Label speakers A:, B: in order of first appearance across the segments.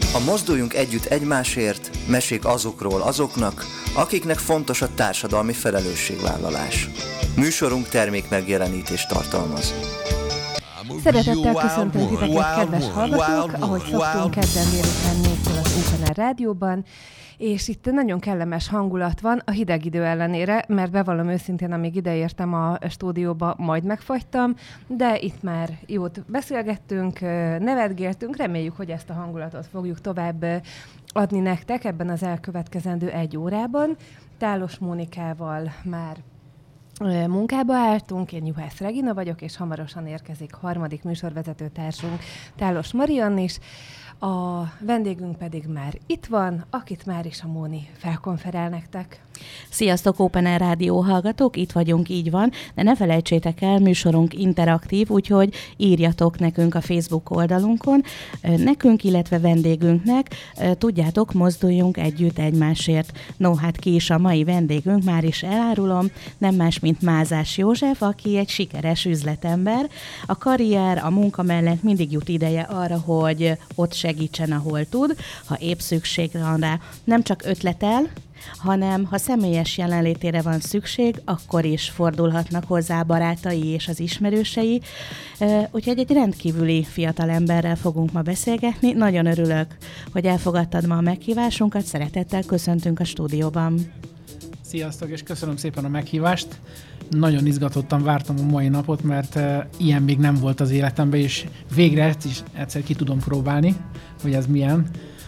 A: A Mozduljunk Együtt Egymásért mesék azokról azoknak, akiknek fontos a társadalmi felelősségvállalás. Műsorunk termék megjelenítést tartalmaz.
B: Szeretettel köszöntöm titeket, kedves hallgatók, ahogy szoktunk kedden délután 4-től az Open Air Rádióban, és itt nagyon kellemes hangulat van a hideg idő ellenére, mert bevallom őszintén, amíg ideértem a stúdióba, majd megfagytam, de itt már jót beszélgettünk, nevetgéltünk, reméljük, hogy ezt a hangulatot fogjuk tovább adni nektek ebben az elkövetkezendő 1 órában. Tálos Mónikával már munkába álltunk, én Juhász Regina vagyok, és hamarosan érkezik harmadik műsorvezetőtársunk, Tálos Mariann is. A vendégünk pedig már itt van, akit már is a Móni felkonferál nektek.
C: Sziasztok, Open Air Rádió hallgatók, itt vagyunk, így van, de ne felejtsétek el, műsorunk interaktív, úgyhogy írjatok nekünk a Facebook oldalunkon, nekünk, illetve vendégünknek, tudjátok, mozduljunk együtt egymásért. No, hát ki is a mai vendégünk, már is elárulom, nem más, mint Mázás József, aki egy sikeres üzletember. A karrier, a munka mellett mindig jut ideje arra, hogy ott segítsen, ahol tud, ha épp szükség van rá. Nem csak ötletel, hanem ha személyes jelenlétére van szükség, akkor is fordulhatnak hozzá barátai és az ismerősei. Úgyhogy egy rendkívüli fiatalemberrel fogunk ma beszélgetni. Nagyon örülök, hogy elfogadtad ma a meghívásunkat. Szeretettel köszöntünk a stúdióban.
D: Sziasztok, és köszönöm szépen a meghívást. Nagyon izgatottan vártam a mai napot, mert ilyen még nem volt az életemben, és végre ezt is egyszer ki tudom próbálni, hogy ez milyen.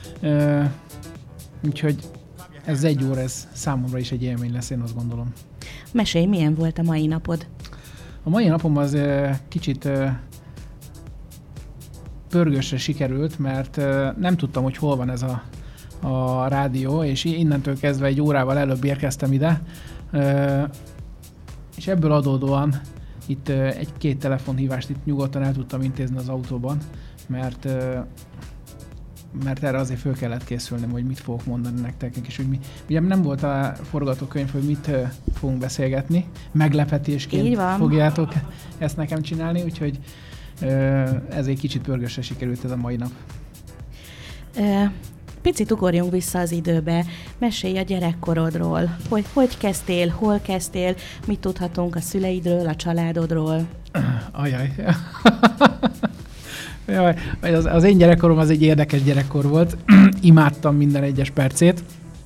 D: Úgyhogy ez 1 óra, ez számomra is egy élmény lesz, én azt gondolom.
C: Mesélj, milyen volt a mai napod?
D: A mai napom az kicsit pörgősre sikerült, mert nem tudtam, hogy hol van ez a rádió, és innentől kezdve 1 órával előbb érkeztem ide, és ebből adódóan itt 1-2 telefonhívást itt nyugodtan el tudtam intézni az autóban, mert erre azért föl kellett készülni, hogy mit fogok mondani nektek, és hogy ugye nem volt a forgatókönyv, hogy mit fogunk beszélgetni, meglepetésként fogjátok ezt nekem csinálni, úgyhogy ezért kicsit pörgősre sikerült ez a mai nap.
C: Picit ugorjunk vissza az időbe, mesélj a gyerekkorodról, hogy kezdtél, hol kezdtél, mit tudhatunk a szüleidről, a családodról?
D: Ajaj. Az én gyerekkorom az egy érdekes gyerekkor volt, imádtam minden egyes percét.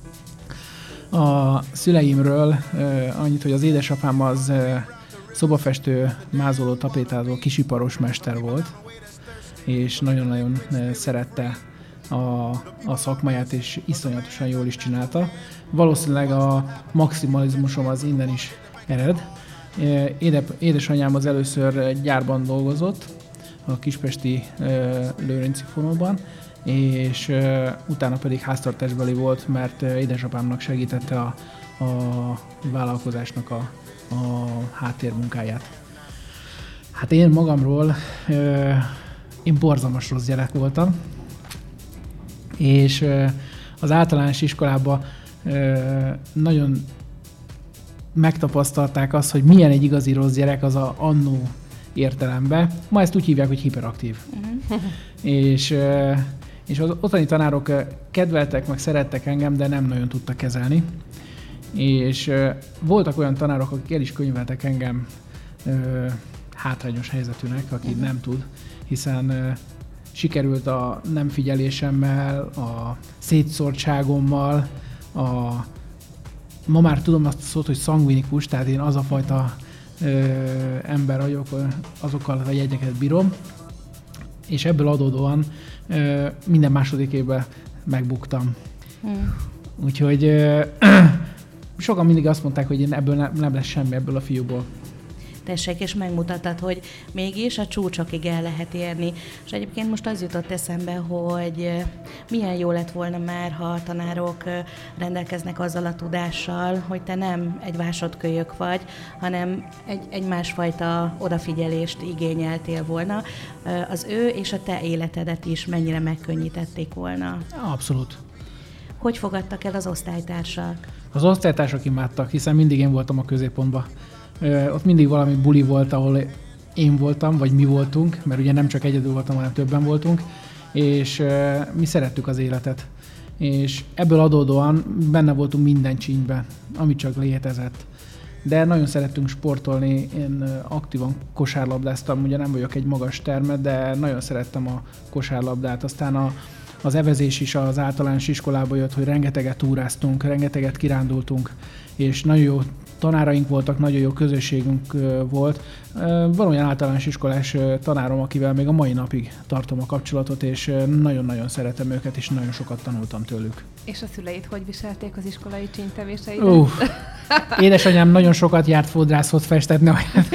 D: A szüleimről annyit, hogy az édesapám az szobafestő, mázoló, tapétázó, kisiparos mester volt, és nagyon-nagyon szerette a szakmáját, és iszonyatosan jól is csinálta. Valószínűleg a maximalizmusom az innen is ered. Édesanyám az először gyárban dolgozott, a kispesti Lőrinci fonóban, és utána pedig háztartásbeli volt, mert édesapámnak segítette a vállalkozásnak a háttérmunkáját. Hát én magamról, én borzalmas rossz gyerek voltam, és az általános iskolában nagyon megtapasztalták azt, hogy milyen egy igazi rossz gyerek az a annó értelemben. Ma ezt úgy hívják, hogy hiperaktív. És az ottani tanárok kedveltek, meg szerettek engem, de nem nagyon tudtak kezelni. És voltak olyan tanárok, akik el is könyveltek engem hátrányos helyzetűnek, aki nem tud, hiszen sikerült a nem figyelésemmel, a szétszórtságommal, ma már tudom azt a szót, hogy szangvinikus, tehát én az a fajta ember vagyok, azokkal a jegyeket bírom, és ebből adódóan minden második évben megbuktam. Úgyhogy sokan mindig azt mondták, hogy ebből nem lesz semmi, ebből a fiúból.
C: Tessék, és megmutattad, hogy mégis a csúcsokig el lehet érni. És egyébként most az jutott eszembe, hogy milyen jó lett volna már, ha a tanárok rendelkeznek azzal a tudással, hogy te nem egy vásodkölyök vagy, hanem egy másfajta odafigyelést igényeltél volna. Az ő és a te életedet is mennyire megkönnyítették volna.
D: Abszolút.
C: Hogy fogadtak el az osztálytársak?
D: Az osztálytársak imádtak, hiszen mindig én voltam a középpontban. Ott mindig valami buli volt, ahol én voltam, vagy mi voltunk, mert ugye nem csak egyedül voltam, hanem többen voltunk, és mi szerettük az életet. És ebből adódóan benne voltunk minden csínyben, amit csak létezett. De nagyon szerettünk sportolni, én aktívan kosárlabdáztam, ugye nem vagyok egy magas termet, de nagyon szerettem a kosárlabdát. Aztán az evezés is az általános iskolába jött, hogy rengeteget túráztunk, rengeteget kirándultunk, és nagyon jó tanáraink voltak, nagyon jó közösségünk volt. Van olyan általános iskolás tanárom, akivel még a mai napig tartom a kapcsolatot, és nagyon-nagyon szeretem őket, és nagyon sokat tanultam tőlük.
B: És a szüleid hogy viselték az iskolai csínytevéseidet?
D: Édesanyám nagyon sokat járt fodrászhoz festetni.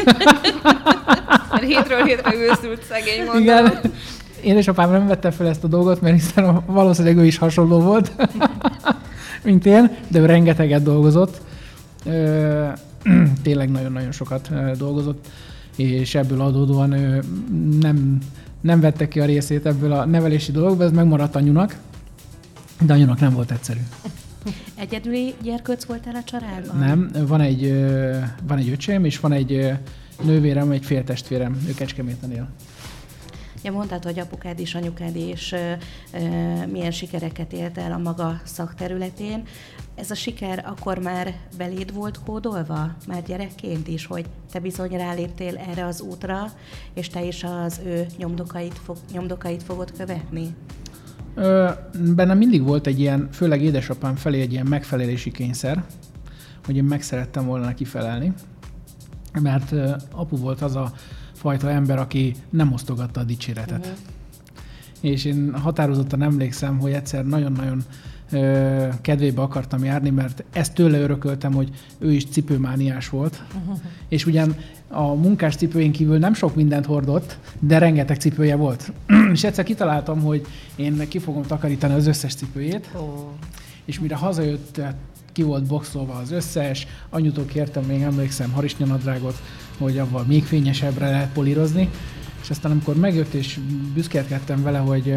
B: Hétről hétre őszült szegény, mondom.
D: Igen. Édesapám nem vette fel ezt a dolgot, mert hiszen valószínűleg ő is hasonló volt, mint én, de ő rengeteget dolgozott. Tényleg nagyon-nagyon sokat dolgozott, és ebből adódóan ő nem vette ki a részét ebből a nevelési dologból, ez megmaradt anyunak, de anyunak nem volt egyszerű.
C: Egyedüli gyerkőc voltál a családban?
D: Nem, van egy öcsém, és van egy nővérem, egy féltestvérem, ő Kecskeméten él.
C: Ja, mondtad, hogy apukád és anyukád is milyen sikereket ért el a maga szakterületén. Ez a siker akkor már beléd volt kódolva, már gyerekként is, hogy te bizony ráléptél erre az útra, és te is az ő nyomdokait fogod követni?
D: Bennem mindig volt egy ilyen, főleg édesapám felé egy ilyen megfelelési kényszer, hogy én meg szerettem volna neki felelni, mert apu volt az a fajta ember, aki nem osztogatta a dicséretet. Uh-huh. És én határozottan emlékszem, hogy egyszer nagyon-nagyon kedvébe akartam járni, mert ezt tőle örököltem, hogy ő is cipőmániás volt. Uh-huh. És ugyan a munkás cipőjén kívül nem sok mindent hordott, de rengeteg cipője volt. És egyszer kitaláltam, hogy én ki fogom takarítani az összes cipőjét, és mire hazajött, ki volt boxolva az összes, anyutól kértem, még emlékszem, harisnyanadrágot, hogy avval még fényesebbre lehet polírozni, és aztán amikor megjött, és büszkélkedtem vele, hogy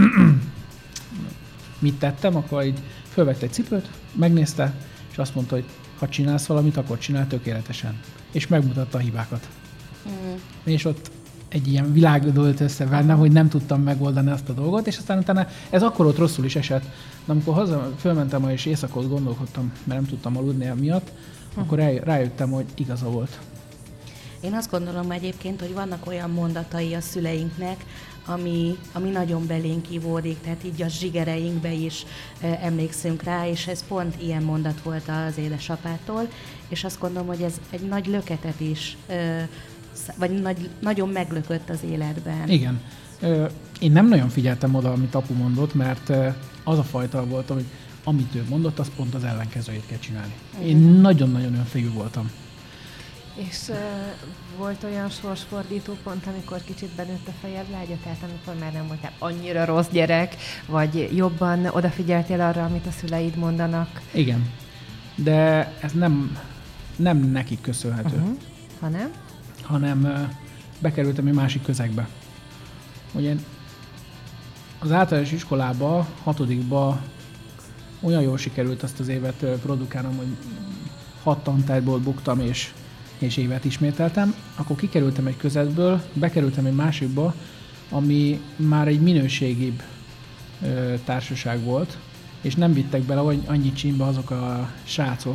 D: mit tettem, akkor így fölvette egy cipőt, megnézte, és azt mondta, hogy ha csinálsz valamit, akkor csinálj tökéletesen. És megmutatta a hibákat. És ott egy ilyen világ dőlt össze bennem, hogy nem tudtam megoldani azt a dolgot, és aztán utána ez akkor ott rosszul is esett. De amikor fölmentem és éjszakot gondolkodtam, mert nem tudtam aludni emiatt, akkor rájöttem, hogy igaza volt.
C: Én azt gondolom egyébként, hogy vannak olyan mondatai a szüleinknek, ami nagyon belénk ivódik, tehát így a zsigereinkbe is emlékszünk rá, és ez pont ilyen mondat volt az édesapától, és azt gondolom, hogy ez egy nagy löketet is, vagy nagyon meglökött az életben.
D: Igen. Én nem nagyon figyeltem oda, amit apu mondott, mert az a fajta volt, hogy amit ő mondott, az pont az ellenkezőjét kell csinálni. Én nagyon-nagyon önfejű voltam.
B: És volt olyan sorsfordító pont, amikor kicsit benőtt a fejed lágya, tehát amikor már nem voltál annyira rossz gyerek, vagy jobban odafigyeltél arra, amit a szüleid mondanak?
D: Igen, de ez nem nekik köszönhető. Hanem bekerültem egy másik közegbe. Ugye az általános iskolába, 6-ba olyan jól sikerült azt az évet produkálnom, hogy 6 tantárgyból buktam, és évet ismételtem, akkor kikerültem egy közetből, bekerültem egy másikba, ami már egy minőségibb társaság volt, és nem vittek bele annyi csínybe azok a srácok,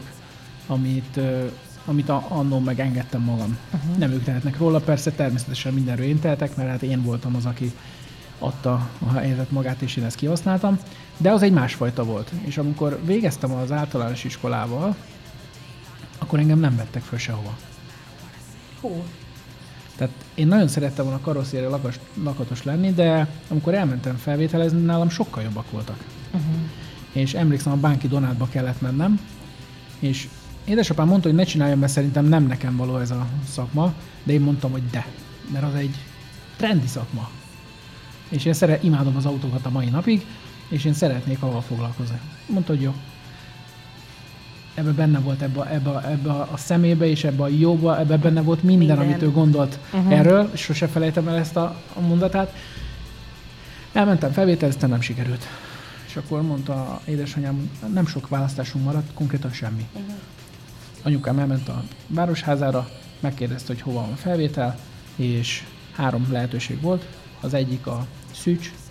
D: amit annól megengedtem magam. Nem ők tehetnek róla, persze természetesen mindenről én tehetek, mert hát én voltam az, aki adta a helyzet magát, és én ezt kihasználtam, de az egy másfajta volt. És amikor végeztem az általános iskolával, akkor engem nem vettek föl sehova. Tehát én nagyon szerettem volna karosszéri lakatos lenni, de amikor elmentem felvételezni, nálam sokkal jobbak voltak. És emlékszem, a Bánki Donátba kellett mennem, és édesapám mondta, hogy ne csináljam, mert szerintem nem nekem való ez a szakma, de én mondtam, hogy de, mert az egy trendi szakma. És én imádom az autókat a mai napig, és én szeretnék avval foglalkozni. Mondta, hogy jó. Ebben benne volt ebbe a szemébe, és ebbe a jóba, ebbe benne volt minden. Amit ő gondolt erről, és sose felejtem el ezt a mondatát. Elmentem, felvételeztem, nem sikerült. És akkor mondta édesanyám, nem sok választásunk maradt, konkrétan semmi. Anyukám elment a városházára, megkérdezte, hogy hova van felvétel, és 3 lehetőség volt. Az egyik a Szűcs,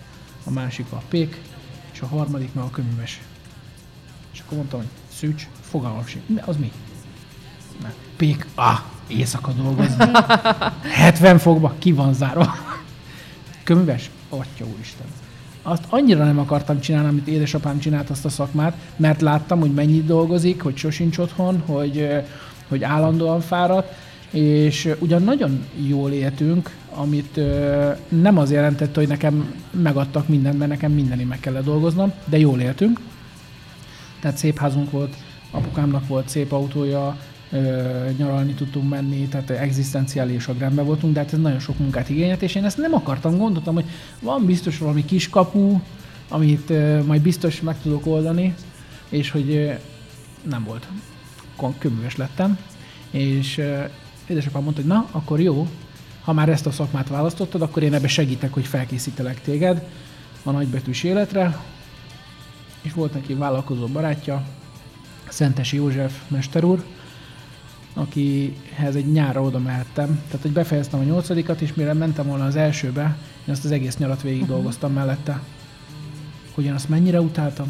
D: a másik a pék, és a harmadik meg a köműves. És akkor mondtam, hogy szűcs, fogalmam sincs. Az mi? Pék, éjszaka dolgozni. 70 fokba, ki van zárva. Köműves? Atya úristen. Azt annyira nem akartam csinálni, amit édesapám csinált azt a szakmát, mert láttam, hogy mennyit dolgozik, hogy sosincs otthon, hogy állandóan fáradt, és ugyan nagyon jól éltünk, amit nem az jelentette, hogy nekem megadtak mindent, mert nekem mindenig meg kellett dolgoznom, de jól éltünk. Tehát szép házunk volt, apukámnak volt szép autója, nyaralni tudtunk menni, tehát egzisztenciálisak rendben voltunk, de hát ez nagyon sok munkát igényelt, és én ezt nem akartam, gondoltam, hogy van biztos valami kiskapu, amit majd biztos meg tudok oldani, és hogy nem volt. Köműves lettem, és édesapám mondta, hogy na, akkor jó, ha már ezt a szakmát választottad, akkor én ebbe segítek, hogy felkészítelek téged a nagybetűs életre, és volt neki vállalkozó barátja, Szentesi József mester úr, akihez egy nyárra oda mehettem. Tehát, hogy befejeztem a 8-at, és mire mentem volna az elsőbe, én azt az egész nyarat végig dolgoztam mellette. Hogy én azt mennyire utáltam.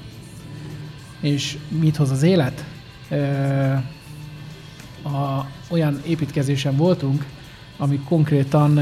D: És mit hoz az élet? Olyan építkezésen voltunk, ami konkrétan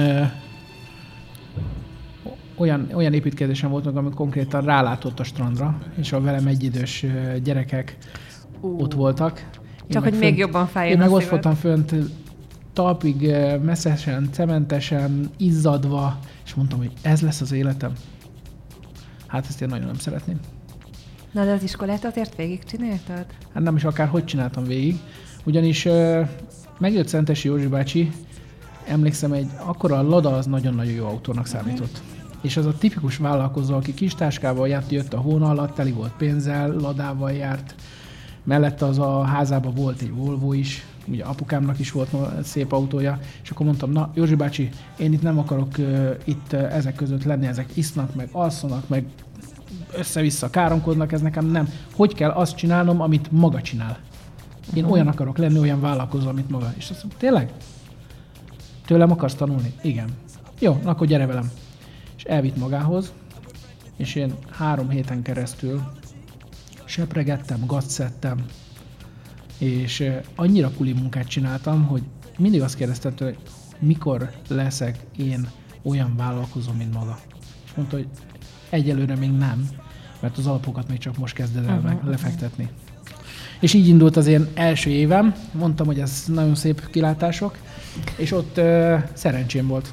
D: olyan építkezésen voltunk, ami konkrétan rálátott a strandra, és a velem egyidős gyerekek ott voltak.
B: Csak hogy még jobban fájjon.
D: Én meg ott voltam fönt talpig, messzesen, cementesen, izzadva, és mondtam, hogy ez lesz az életem. Hát ezt én nagyon nem szeretném.
B: Na, de az iskolát azért végigcsináltad?
D: Hát nem is akárhogy csináltam végig. Ugyanis megjött Szentesi Józsi bácsi, emlékszem, akkora Lada az nagyon-nagyon jó autónak számított. És az a tipikus vállalkozó, aki kis táskával jött a hóna alatt, teli volt pénzzel, Ladával járt. Mellette az a házában volt egy Volvo is, ugye apukámnak is volt szép autója, és akkor mondtam, na Józsi bácsi, én itt nem akarok itt ezek között lenni, ezek isznak, meg alszanak, meg össze-vissza káromkodnak, ez nekem nem. Hogy kell azt csinálnom, amit maga csinál? Én olyan akarok lenni, olyan vállalkozó, amit maga. És azt mondom, tényleg? Tőlem akarsz tanulni? Igen. Jó, akkor gyere velem. És elvitt magához, és én 3 héten keresztül sepregettem, gatszettem, és annyira kuli munkát csináltam, hogy mindig azt kérdeztem tőle, hogy mikor leszek én olyan vállalkozó, mint maga. És mondta, hogy egyelőre még nem, mert az alapokat még csak most kezded el meg lefektetni. És így indult az én első évem, mondtam, hogy ez nagyon szép kilátások, és ott szerencsém volt.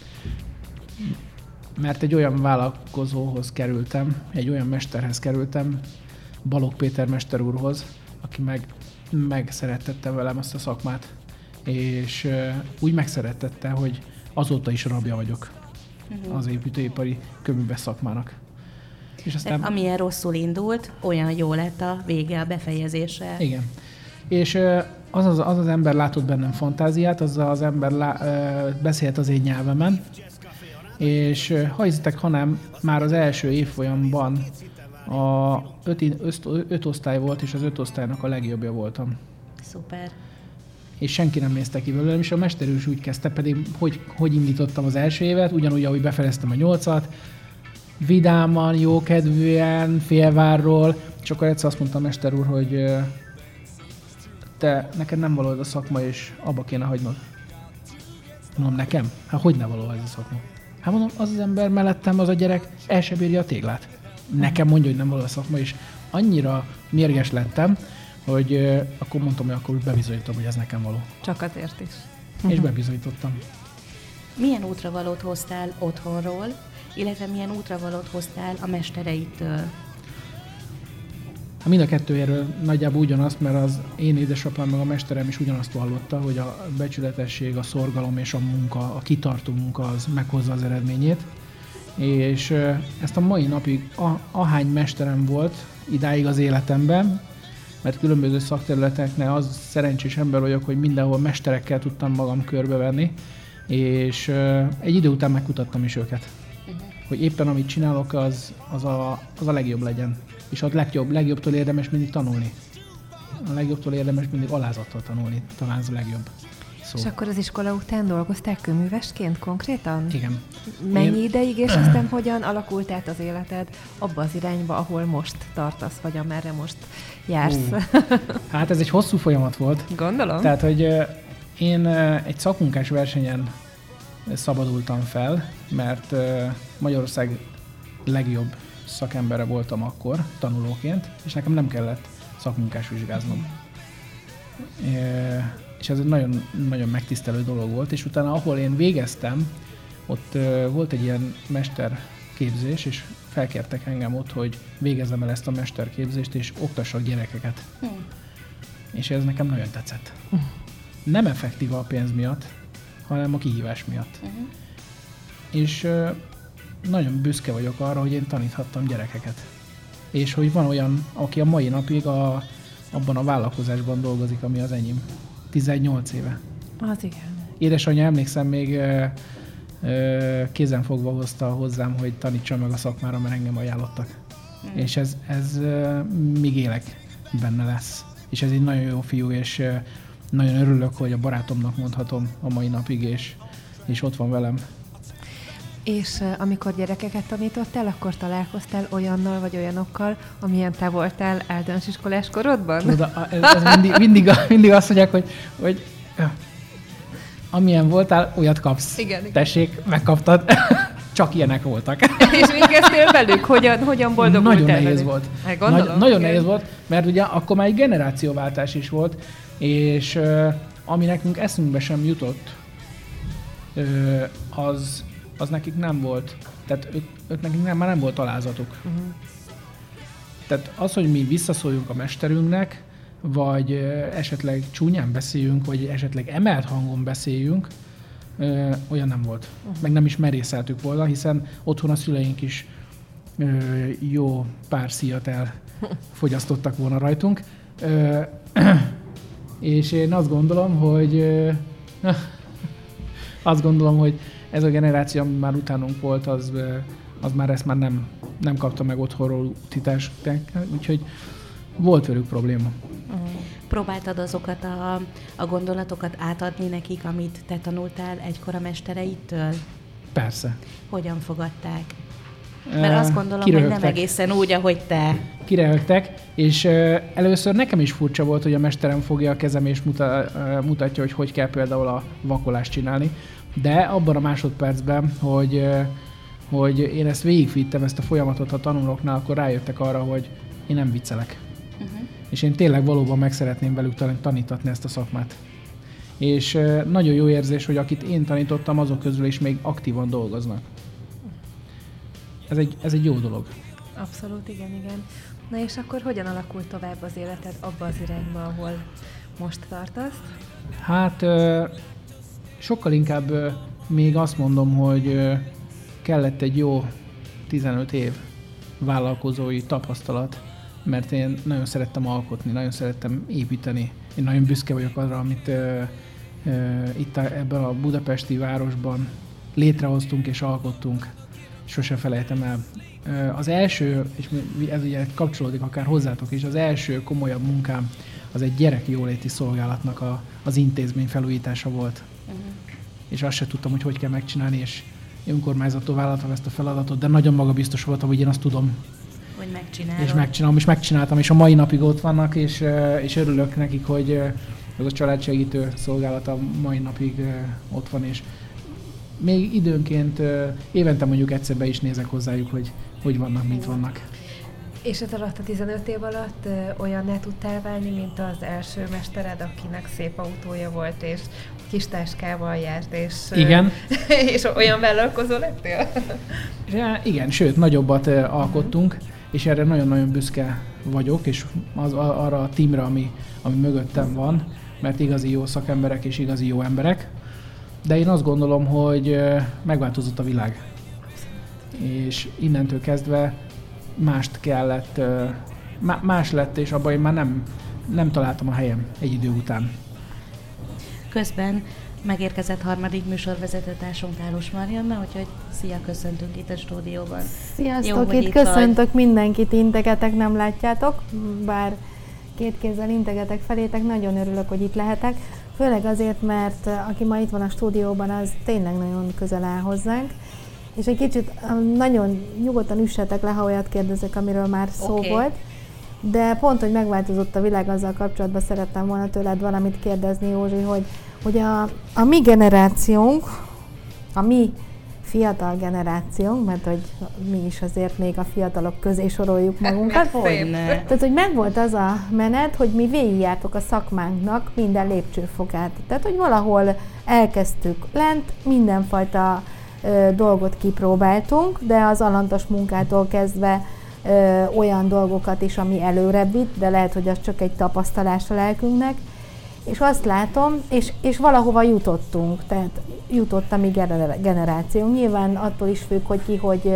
D: Mert egy olyan vállalkozóhoz kerültem, egy olyan mesterhez kerültem, Balogh Péter mester úrhoz, aki megszerettette velem azt a szakmát, és úgy megszerettette, hogy azóta is rabja vagyok az építőipari köműves szakmának. És aztán,
C: amilyen rosszul indult, olyan jó lett a vége, a befejezése.
D: Igen. És az ember látott bennem fantáziát, az ember beszélt az én nyelvemen, és ha hiszitek, hanem már az első évfolyamban 5 osztály volt, és az 5 osztálynak a legjobbja voltam.
C: Szuper.
D: És senki nem nézte ki belőlem, és a mester is úgy kezdte, pedig hogy indítottam az első évet, ugyanúgy, ahogy befejeztem a 8-at, vidáman, jókedvűen, félvárról, és akkor egyszer azt mondta a mester úr, hogy te, neked nem való ez a szakma, és abba kéne hagynod. Mondom, nekem? Hát hogy ne való ez a szakma? Hát mondom, az ember mellettem, az a gyerek el se bírja a téglát. Nekem mondja, hogy nem való a szakma, és annyira mérges lettem, hogy akkor mondtam, hogy akkor úgy bebizonyítom, hogy ez nekem való.
B: Csak azért is.
D: És bebizonyítottam.
C: Milyen útravalót hoztál otthonról, illetve milyen útravalót hoztál a mestereitől?
D: Mind a kettőjéről nagyjából ugyanazt, mert az én édesapám meg a mesterem is ugyanazt vallotta, hogy a becsületesség, a szorgalom és a munka, a kitartó munka az meghozza az eredményét. És ezt a mai napig ahány mesterem volt idáig az életemben, mert különböző szakterületeknél az szerencsés ember vagyok, hogy mindenhol mesterekkel tudtam magam körbevenni, és egy idő után megkutattam is őket. Hogy éppen amit csinálok, az a legjobb legyen. És a legjobbtól érdemes mindig tanulni. A legjobbtól érdemes mindig alázattal tanulni, talán ez a legjobb.
B: És akkor az iskola után dolgoztál kőművesként konkrétan?
D: Igen.
B: Mennyi ideig, és aztán hogyan alakult át az életed abba az irányba, ahol most tartasz, vagy amerre most jársz?
D: Hát ez egy hosszú folyamat volt.
B: Gondolom.
D: Tehát, hogy én egy szakmunkás versenyen szabadultam fel, mert Magyarország legjobb szakembere voltam akkor, tanulóként, és nekem nem kellett szakmunkás vizsgáznom. És ez egy nagyon, nagyon megtisztelő dolog volt, és utána, ahol én végeztem, ott volt egy ilyen mesterképzés, és felkértek engem ott, hogy végezzem el ezt a mesterképzést, és oktassak gyerekeket. És ez nekem nagyon tetszett. Nem effektív a pénz miatt, hanem a kihívás miatt. És nagyon büszke vagyok arra, hogy én taníthattam gyerekeket. És hogy van olyan, aki a mai napig abban a vállalkozásban dolgozik, ami az enyém. 18 éve.
B: Az igen.
D: Édesanyja, emlékszem, még kézenfogva hozta hozzám, hogy tanítsam meg a szakmára, mert engem ajánlottak. És ez még élek benne lesz. És ez egy nagyon jó fiú, és nagyon örülök, hogy a barátomnak mondhatom a mai napig, és ott van velem.
B: És amikor gyerekeket tanítottál, akkor találkoztál olyannal vagy olyanokkal, amilyen te voltál általános iskolás korodban?
D: Tudod, ez mindig azt mondják, hogy amilyen voltál, olyat kapsz.
B: Igen.
D: Tessék, megkaptad. Csak ilyenek voltak.
B: És mit kezdtél velük? Hogyan boldogultál
D: Nagyon nehéz
B: velük?
D: volt.
B: Nagyon
D: nehéz volt, mert ugye akkor már egy generációváltás is volt, és ami nekünk eszünkbe sem jutott, az nekik nem volt. Tehát ők nekik már nem volt alázatuk. Tehát az, hogy mi visszaszóljunk a mesterünknek, vagy esetleg csúnyán beszéljünk, vagy esetleg emelt hangon beszéljünk, olyan nem volt. Meg nem is merészeltük volna, hiszen otthon a szüleink is jó pár szíjat elfogyasztottak volna rajtunk. És én azt gondolom, hogy ez a generáció, ami már utánunk volt, az már ezt már nem kapta meg otthonról utításként, úgyhogy volt velük probléma.
C: Próbáltad azokat a gondolatokat átadni nekik, amit te tanultál egykor a mestereitől?
D: Persze.
C: Hogyan fogadták? Mert azt gondolom,
D: kiröhögtek.
C: hogy nem egészen úgy, ahogy te.
D: Kiröhögtek, és először nekem is furcsa volt, hogy a mesterem fogja a kezem és mutatja, hogy kell például a vakolást csinálni. De abban a másodpercben, hogy én ezt végigvittem, ezt a folyamatot a tanulóknál, akkor rájöttek arra, hogy én nem viccelek. És én tényleg valóban meg szeretném velük tanítatni ezt a szakmát. És nagyon jó érzés, hogy akit én tanítottam, azok közül is még aktívan dolgoznak. Ez egy jó dolog.
B: Abszolút, igen. Na és akkor hogyan alakult tovább az életed abba az irányba, ahol most tartasz?
D: Hát sokkal inkább még azt mondom, hogy kellett egy jó 15 év vállalkozói tapasztalat, mert én nagyon szerettem alkotni, nagyon szerettem építeni. Én nagyon büszke vagyok arra, amit itt ebben a budapesti városban létrehoztunk és alkottunk. Sose felejtem el. Az első, és ez ugye kapcsolódik akár hozzátok is, az első komolyabb munkám az egy gyerekjóléti szolgálatnak az intézmény felújítása volt. És azt se tudtam, hogy kell megcsinálni, és önkormányzattól vállaltam ezt a feladatot, de nagyon magabiztos voltam, hogy én azt tudom.
C: Hogy megcsinálod.
D: És megcsináltam, és a mai napig ott vannak, és örülök nekik, hogy ez a családsegítő szolgálat a mai napig ott van, és még időnként évente mondjuk egyszer be is nézek hozzájuk, hogy vannak, mint vannak.
B: És ez alatt a 15 év alatt olyanná tudtál válni, mint az első mestered, akinek szép autója volt, és kis táskával járt, és,
D: igen.
B: És olyan vállalkozó lettél?
D: Igen, sőt, nagyobbat alkottunk, és erre nagyon-nagyon büszke vagyok, és arra a tímre, ami mögöttem van, mert igazi jó szakemberek és igazi jó emberek. De én azt gondolom, hogy megváltozott a világ. És innentől kezdve más lett, és abban én már nem találtam a helyem egy idő után.
C: Közben megérkezett harmadik műsorvezetőtársunk Álos Marianna, úgyhogy szia, köszöntünk itt a stúdióban.
E: Sziasztok, itt köszöntök mindenkit, integetek, nem látjátok, bár két kézzel integetek felétek, nagyon örülök, hogy itt lehetek. Főleg azért, mert aki ma itt van a stúdióban, az tényleg nagyon közel áll hozzánk. És egy kicsit nagyon nyugodtan üssetek le, ha olyat kérdezek, amiről már szó volt. De pont, hogy megváltozott a világ, azzal kapcsolatban szerettem volna tőled valamit kérdezni, Józsi, hogy a mi generációnk, a mi fiatal generációnk, mert hogy mi is azért még a fiatalok közé soroljuk magunkat. Tehát, hogy megvolt az a menet, hogy mi végigjártuk a szakmánknak minden lépcsőfokát. Tehát, hogy valahol elkezdtük lent, mindenfajta dolgot kipróbáltunk, de az alantas munkától kezdve olyan dolgokat is, ami előrébb vitt, de lehet, hogy az csak egy tapasztalás a lelkünknek. És azt látom, és valahova jutottunk, tehát jutott a mi generáció. Nyilván attól is függ, hogy ki, hogy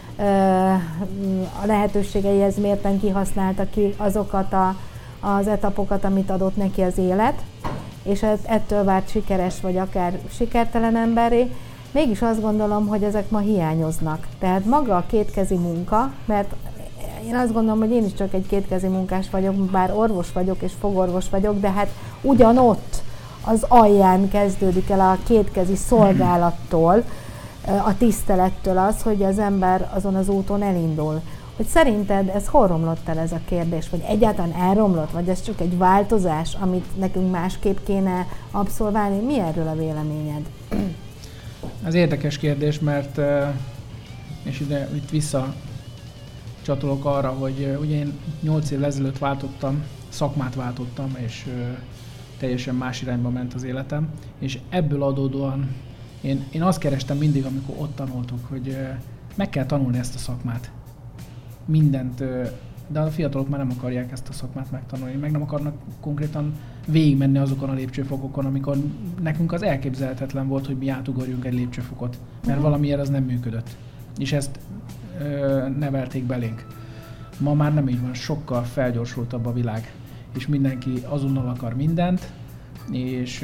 E: a lehetőségeihez mérten kihasználta ki azokat az etapokat, amit adott neki az élet, és ettől vált sikeres, vagy akár sikertelen emberré. Mégis azt gondolom, hogy ezek ma hiányoznak. Tehát maga a kétkezi munka, mert én azt gondolom, hogy én is csak egy kétkezi munkás vagyok, bár orvos vagyok és fogorvos vagyok, de hát ugyanott az alján kezdődik el a kétkezi szolgálattól, a tisztelettől az, hogy az ember azon az úton elindul. Hogy szerinted ez hol romlott el ez a kérdés? Vagy egyáltalán elromlott? Vagy ez csak egy változás, amit nekünk másképp kéne abszolválni? Mi erről a véleményed?
D: Ez érdekes kérdés, mert és itt visszacsatolok arra, hogy ugye én 8 évvel ezelőtt szakmát váltottam, és teljesen más irányba ment az életem, és ebből adódóan én azt kerestem mindig, amikor ott tanultuk, hogy meg kell tanulni ezt a szakmát. Mindent, de a fiatalok már nem akarják ezt a szakmát megtanulni, meg nem akarnak konkrétan végigmenni azokon a lépcsőfokokon, amikor nekünk az elképzelhetetlen volt, hogy mi átugorjunk egy lépcsőfokot, mert valamiért az nem működött. És ezt nevelték belénk. Ma már nem így van, sokkal felgyorsultabb a világ, és mindenki azonnal akar mindent, és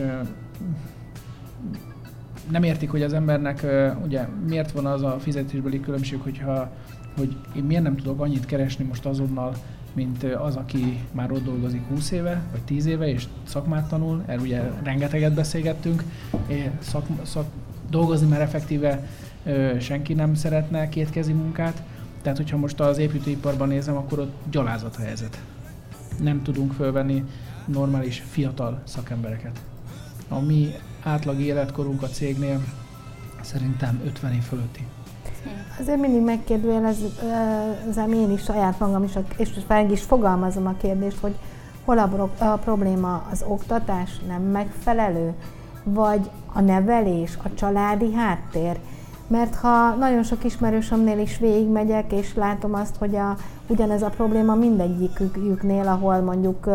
D: nem értik, hogy az embernek ugye miért van az a fizetésbeli különbség, hogy én miért nem tudok annyit keresni most azonnal, mint az, aki már ott dolgozik 20 éve, vagy 10 éve, és szakmát tanul, erről ugye rengeteget beszélgettünk, dolgozni már effektíve senki nem szeretne kétkezi munkát, tehát hogyha most az építőiparban nézem, akkor ott gyalázat a helyzet. Nem tudunk fölvenni normális, fiatal szakembereket. A mi átlag életkorunk a cégnél szerintem 50 év fölötti.
E: Azért mindig megkérdőjelezem én is saját magam is, és meg is fogalmazom a kérdést, hogy hol a probléma, az oktatás nem megfelelő, vagy a nevelés, a családi háttér. Mert ha nagyon sok ismerősömnél is végigmegyek, és látom azt, hogy ugyanez a probléma mindegyiküknél, ahol mondjuk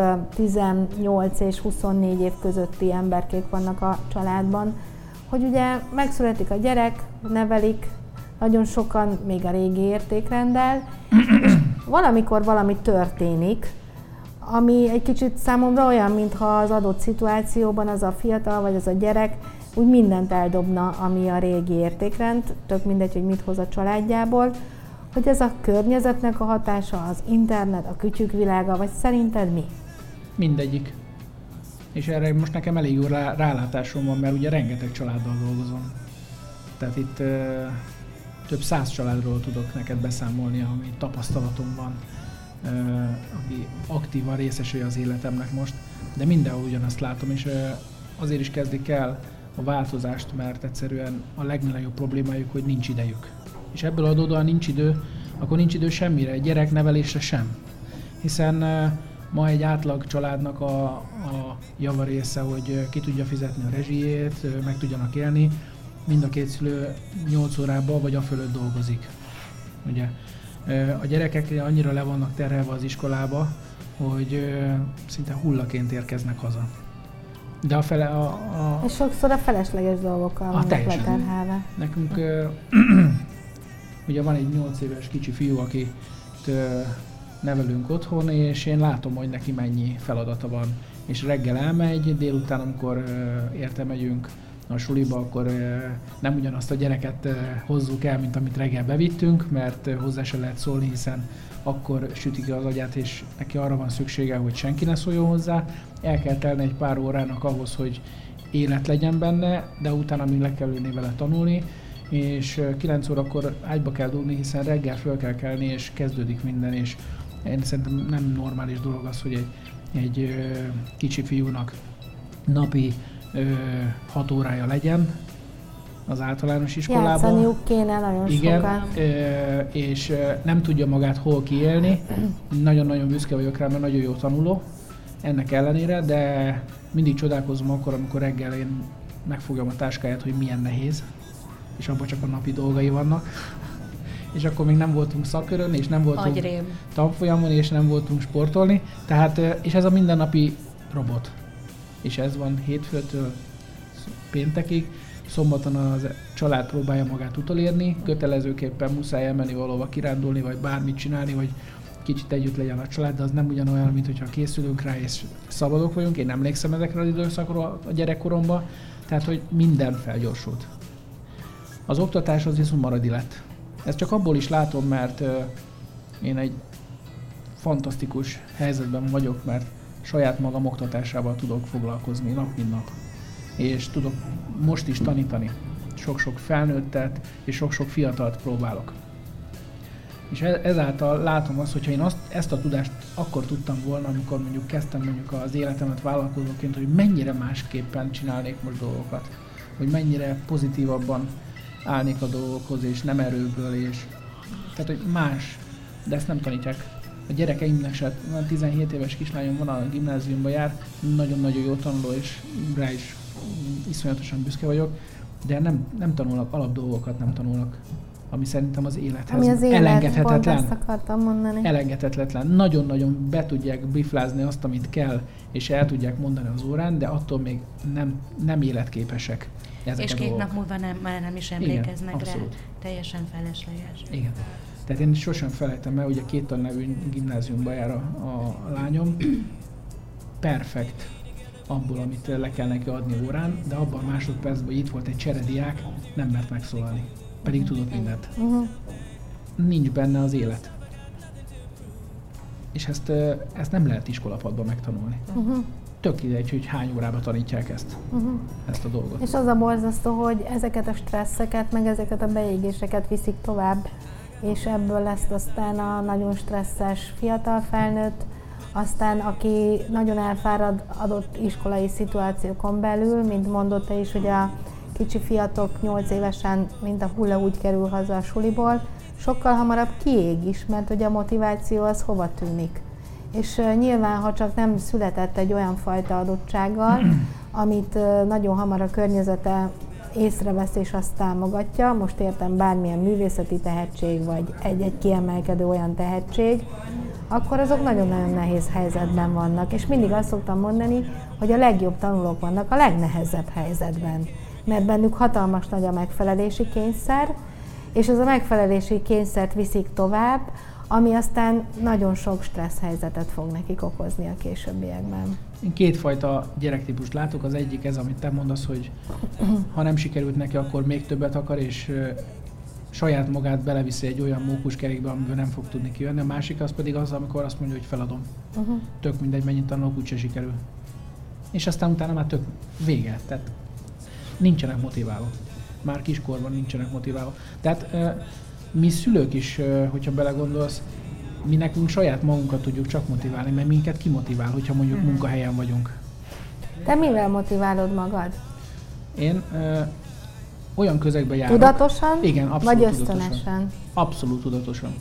E: 18 és 24 év közötti emberkék vannak a családban, hogy ugye megszületik a gyerek, nevelik, nagyon sokan még a régi értékrenddel, és valamikor valami történik, ami egy kicsit számomra olyan, mintha az adott szituációban az a fiatal vagy az a gyerek úgy mindent eldobna, ami a régi értékrend, tök mindegy, hogy mit hoz a családjából, hogy ez a környezetnek a hatása, az internet, a kütyük világa, vagy szerinted mi?
D: Mindegyik. És erre most nekem elég jó rálátásom van, mert ugye rengeteg családdal dolgozom. Tehát itt több 100 családról tudok neked beszámolni, ami tapasztalatom van, aki aktívan részesei az életemnek most, de mindenhol ugyanazt látom, és azért is kezdik el a változást, mert egyszerűen a legnagyobb problémájuk, hogy nincs idejük. És ebből adódóan nincs idő, akkor nincs idő semmire, egy gyereknevelésre sem. Hiszen ma egy átlag családnak a javarésze, hogy ki tudja fizetni a rezsijét, meg tudjanak élni, mind a két szülő 8 órában vagy afölött dolgozik. Ugye? A gyerekek annyira le vannak terhelve az iskolába, hogy szinte hullaként érkeznek haza. De
E: és sokszor a felesleges dolgokkal vannak leterhelve.
D: Nekünk ugye van egy 8 éves kicsi fiú, akit nevelünk otthon, és én látom, hogy neki mennyi feladata van. És reggel elmegy, délután, amikor érte megyünk a suliba, akkor nem ugyanazt a gyereket hozzuk el, mint amit reggel bevittünk, mert hozzá se lehet szólni, hiszen akkor sütik ki az agyát, és neki arra van szüksége, hogy senki ne szóljon hozzá. El kell telni egy pár órának ahhoz, hogy élet legyen benne, de utána még le kell ülni vele tanulni, és 9 órakor ágyba kell dugni, hiszen reggel föl kell kelni, és kezdődik minden, és én szerintem nem normális dolog az, hogy egy kicsi fiúnak napi 6 órája legyen az általános iskolában.
E: Játszaniuk kéne nagyon sokan.
D: És nem tudja magát hol kiélni. Nagyon-nagyon büszke vagyok rá, mert nagyon jó tanuló ennek ellenére, de mindig csodálkozom akkor, amikor reggel én megfogjam a táskáját, hogy milyen nehéz, és abban csak a napi dolgai vannak. És akkor még nem voltunk szakkörön, és nem voltunk tanfolyamon, és nem voltunk sportolni. Tehát, és ez a mindennapi robot. És ez van hétfőtől péntekig. Szombaton a család próbálja magát utolérni, kötelezőképpen muszáj elmenni valahova kirándulni, vagy bármit csinálni, vagy kicsit együtt legyen a család, de az nem ugyanolyan, mint hogyha készülünk rá, és szabadok vagyunk. Én emlékszem ezekre az időszakról a gyerekkoromban, tehát, hogy minden felgyorsult. Az oktatás az viszont maradi lett. Ezt csak abból is látom, mert én egy fantasztikus helyzetben vagyok, mert saját magam oktatásával tudok foglalkozni nap mint nap. És tudok most is tanítani. Sok-sok felnőttet és sok-sok fiatalt próbálok. És ezáltal látom azt, hogyha én ezt a tudást akkor tudtam volna, amikor mondjuk kezdtem mondjuk az életemet vállalkozóként, hogy mennyire másképpen csinálnék most dolgokat. Hogy mennyire pozitívabban állnék a dolgokhoz, és nem erőből, és tehát, hogy más. De ezt nem tanítják. A gyerekeimnek se, van 17 éves kislányom, van a gimnáziumba jár, nagyon-nagyon jó tanuló, és rá is iszonyatosan büszke vagyok, de nem tanulnak, alapdolgokat nem tanulnak, ami szerintem az élethez elengedhetetlen.
E: Ezt akartam mondani.
D: Elengedhetetlen. Nagyon-nagyon be tudják biflázni azt, amit kell, és el tudják mondani az órán, de attól még nem életképesek ezek
C: és
D: a
C: 2
D: dolgok.
C: nap múlva már nem is emlékeznek. Igen, rá.
D: Abszolút.
C: Teljesen felesleges.
D: Igen. Tehát én sosem felejtem el, ugye 2 tannevű gimnáziumba jár a lányom. Perfekt abból, amit le kell neki adni órán, de abban a másodpercben, hogy itt volt egy cserediák, nem mert megszólalni. Pedig tudott mindent. Nincs benne az élet. És ezt nem lehet iskolapadban megtanulni. Tök idegy, hogy hány órába tanítják ezt a dolgot.
E: És az a borzasztó, hogy ezeket a stresszeket, meg ezeket a beégéseket viszik tovább, és ebből lesz aztán a nagyon stresszes fiatal felnőtt, aztán aki nagyon elfárad adott iskolai szituációkon belül, mint mondott te is, hogy a kicsi fiatok 8 évesen, mint a hulla úgy kerül haza a suliból, sokkal hamarabb kiég is, mert hogy a motiváció az hova tűnik. És nyilván, ha csak nem született egy olyan fajta adottsággal, amit nagyon hamar a környezete észrevesz és azt támogatja, most értem bármilyen művészeti tehetség, vagy egy kiemelkedő olyan tehetség, akkor azok nagyon-nagyon nehéz helyzetben vannak. És mindig azt szoktam mondani, hogy a legjobb tanulók vannak a legnehezebb helyzetben, mert bennük hatalmas nagy a megfelelési kényszer, és ez a megfelelési kényszert viszik tovább, ami aztán nagyon sok stressz helyzetet fog nekik okozni a későbbiekben.
D: Én 2 fajta gyerektípust látok. Az egyik ez, amit te mondasz, hogy ha nem sikerült neki, akkor még többet akar, és saját magát beleviszi egy olyan mókuskerékbe, amiből nem fog tudni kijönni. A másik az pedig az, amikor azt mondja, hogy feladom. Tök mindegy, mennyit tanulok, úgyse sikerül. És aztán utána már tök vége. Tehát nincsenek motiváló. Már kiskorban nincsenek motiváló. Tehát mi szülők is, hogyha belegondolsz, mi nekünk saját magunkat tudjuk csak motiválni, mert minket kimotivál, hogyha mondjuk munkahelyen vagyunk.
E: Te mivel motiválod magad?
D: Én olyan közegbe járok.
E: Tudatosan?
D: Igen, abszolút
E: vagy ösztönösen?
D: Tudatosan. Abszolút tudatosan.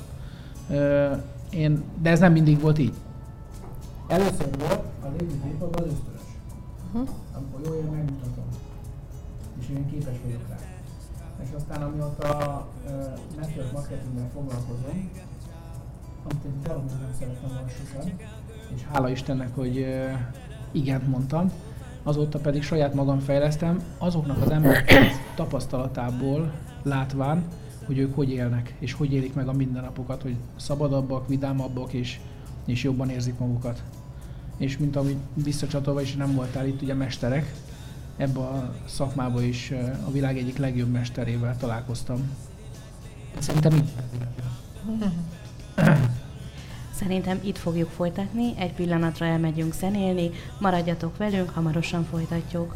D: De ez nem mindig volt így. Először volt a lépcsőgép az ösztönös. Amikor jól én megmutatom. És én képes vagyok rá. És aztán amióta network marketinggel foglalkozom, amit én valóban nem szerettem volna sosem, és hála Istennek, hogy igent mondtam, azóta pedig saját magam fejlesztem, azoknak az emberek tapasztalatából látván, hogy ők hogy élnek, és hogy élik meg a mindennapokat, hogy szabadabbak, vidámabbak, és jobban érzik magukat. És mint amit visszacsatolva is nem voltál itt, ugye mesterek, ebbe a szakmába is a világ egyik legjobb mesterével találkoztam. Szerintem így.
C: Szerintem itt fogjuk folytatni, egy pillanatra elmegyünk zenélni, maradjatok velünk, hamarosan folytatjuk.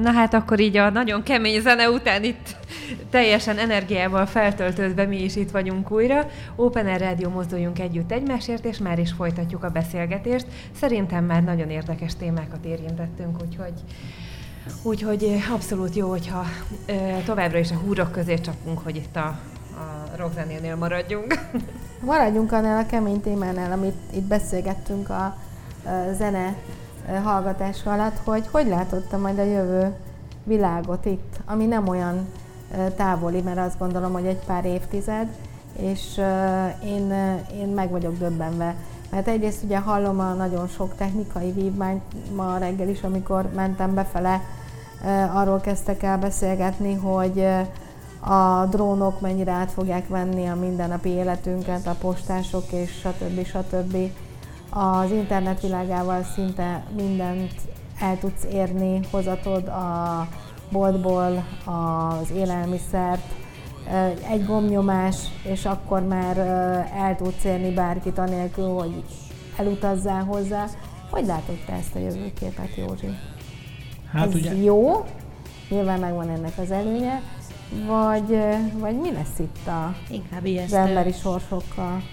B: Na hát akkor így a nagyon kemény zene után itt teljesen energiával feltöltődve mi is itt vagyunk újra. Open Air Rádió, mozduljunk együtt egymásért, és már is folytatjuk a beszélgetést. Szerintem már nagyon érdekes témákat érintettünk, úgyhogy abszolút jó, hogyha továbbra is a húrok közé csapunk, hogy itt a rockzenénél maradjunk.
E: Maradjunk annál a kemény témánál, amit itt beszélgettünk a zene hallgatás alatt, hogy látotta majd a jövő világot itt, ami nem olyan távoli, mert azt gondolom, hogy egy pár évtized, és én meg vagyok döbbenve. Mert egyrészt ugye hallom a nagyon sok technikai vívmányt, ma reggel is, amikor mentem befele, arról kezdtek el beszélgetni, hogy a drónok mennyire át fogják venni a mindennapi életünket, a postások és stb. Az internet világával szinte mindent el tudsz érni, hozatod a boltból az élelmiszert, egy gombnyomás, és akkor már el tudsz érni bárkit anélkül, hogy elutazzál hozzá. Hogy látod te ezt a jövőképet, Józsi?
D: Hát
E: ez
D: ugye...
E: jó, nyilván megvan ennek az előnye, vagy mi lesz itt az emberi sorsokkal?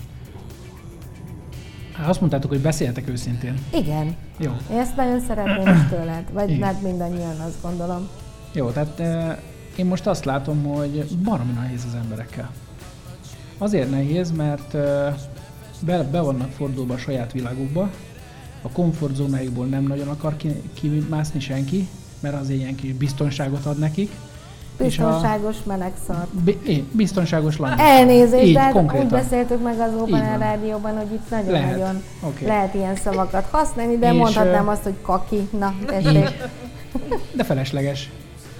D: Azt mondtátok, hogy beszéltek őszintén.
E: Igen.
D: Jó.
E: Én ezt nagyon szeretném is tőled, vagy mert mindannyian azt gondolom.
D: Jó, tehát én most azt látom, hogy baromi nehéz az emberekkel. Azért nehéz, mert be vannak fordulva a saját világukba, a komfortzónájukból nem nagyon akar kimászni senki, mert az ilyen kis biztonságot ad nekik.
E: Biztonságos melegszar.
D: Biztonságos langyos.
E: Elnézést,
D: így,
E: de
D: konkrétan.
E: úgy beszéltük meg az Open Air Rádióban, hogy itt nagyon-nagyon lehet ilyen szavakat használni, de mondhatnám azt, hogy kaki. Na, tessék.
D: De felesleges.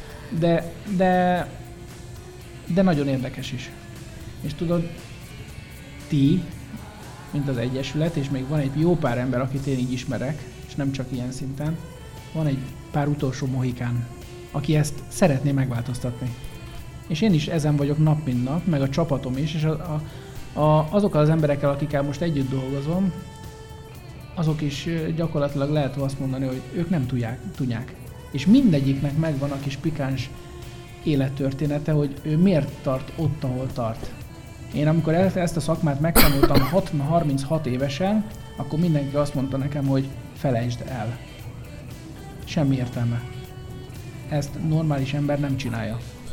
D: De nagyon érdekes is. És tudod, ti, mint az Egyesület, és még van egy jó pár ember, akit én így ismerek, és nem csak ilyen szinten, van egy pár utolsó mohikán, aki ezt szeretné megváltoztatni. És én is ezen vagyok nap mint nap, meg a csapatom is, és azokkal az emberekkel, akikkel most együtt dolgozom, azok is gyakorlatilag lehet azt mondani, hogy ők nem tudják. És mindegyiknek megvan a kis pikáns élettörténete, hogy ő miért tart ott, ahol tart. Én amikor ezt a szakmát megtanultam 36 évesen, akkor mindenki azt mondta nekem, hogy felejtsd el. Semmi értelme. Ezt normális ember nem csinálja.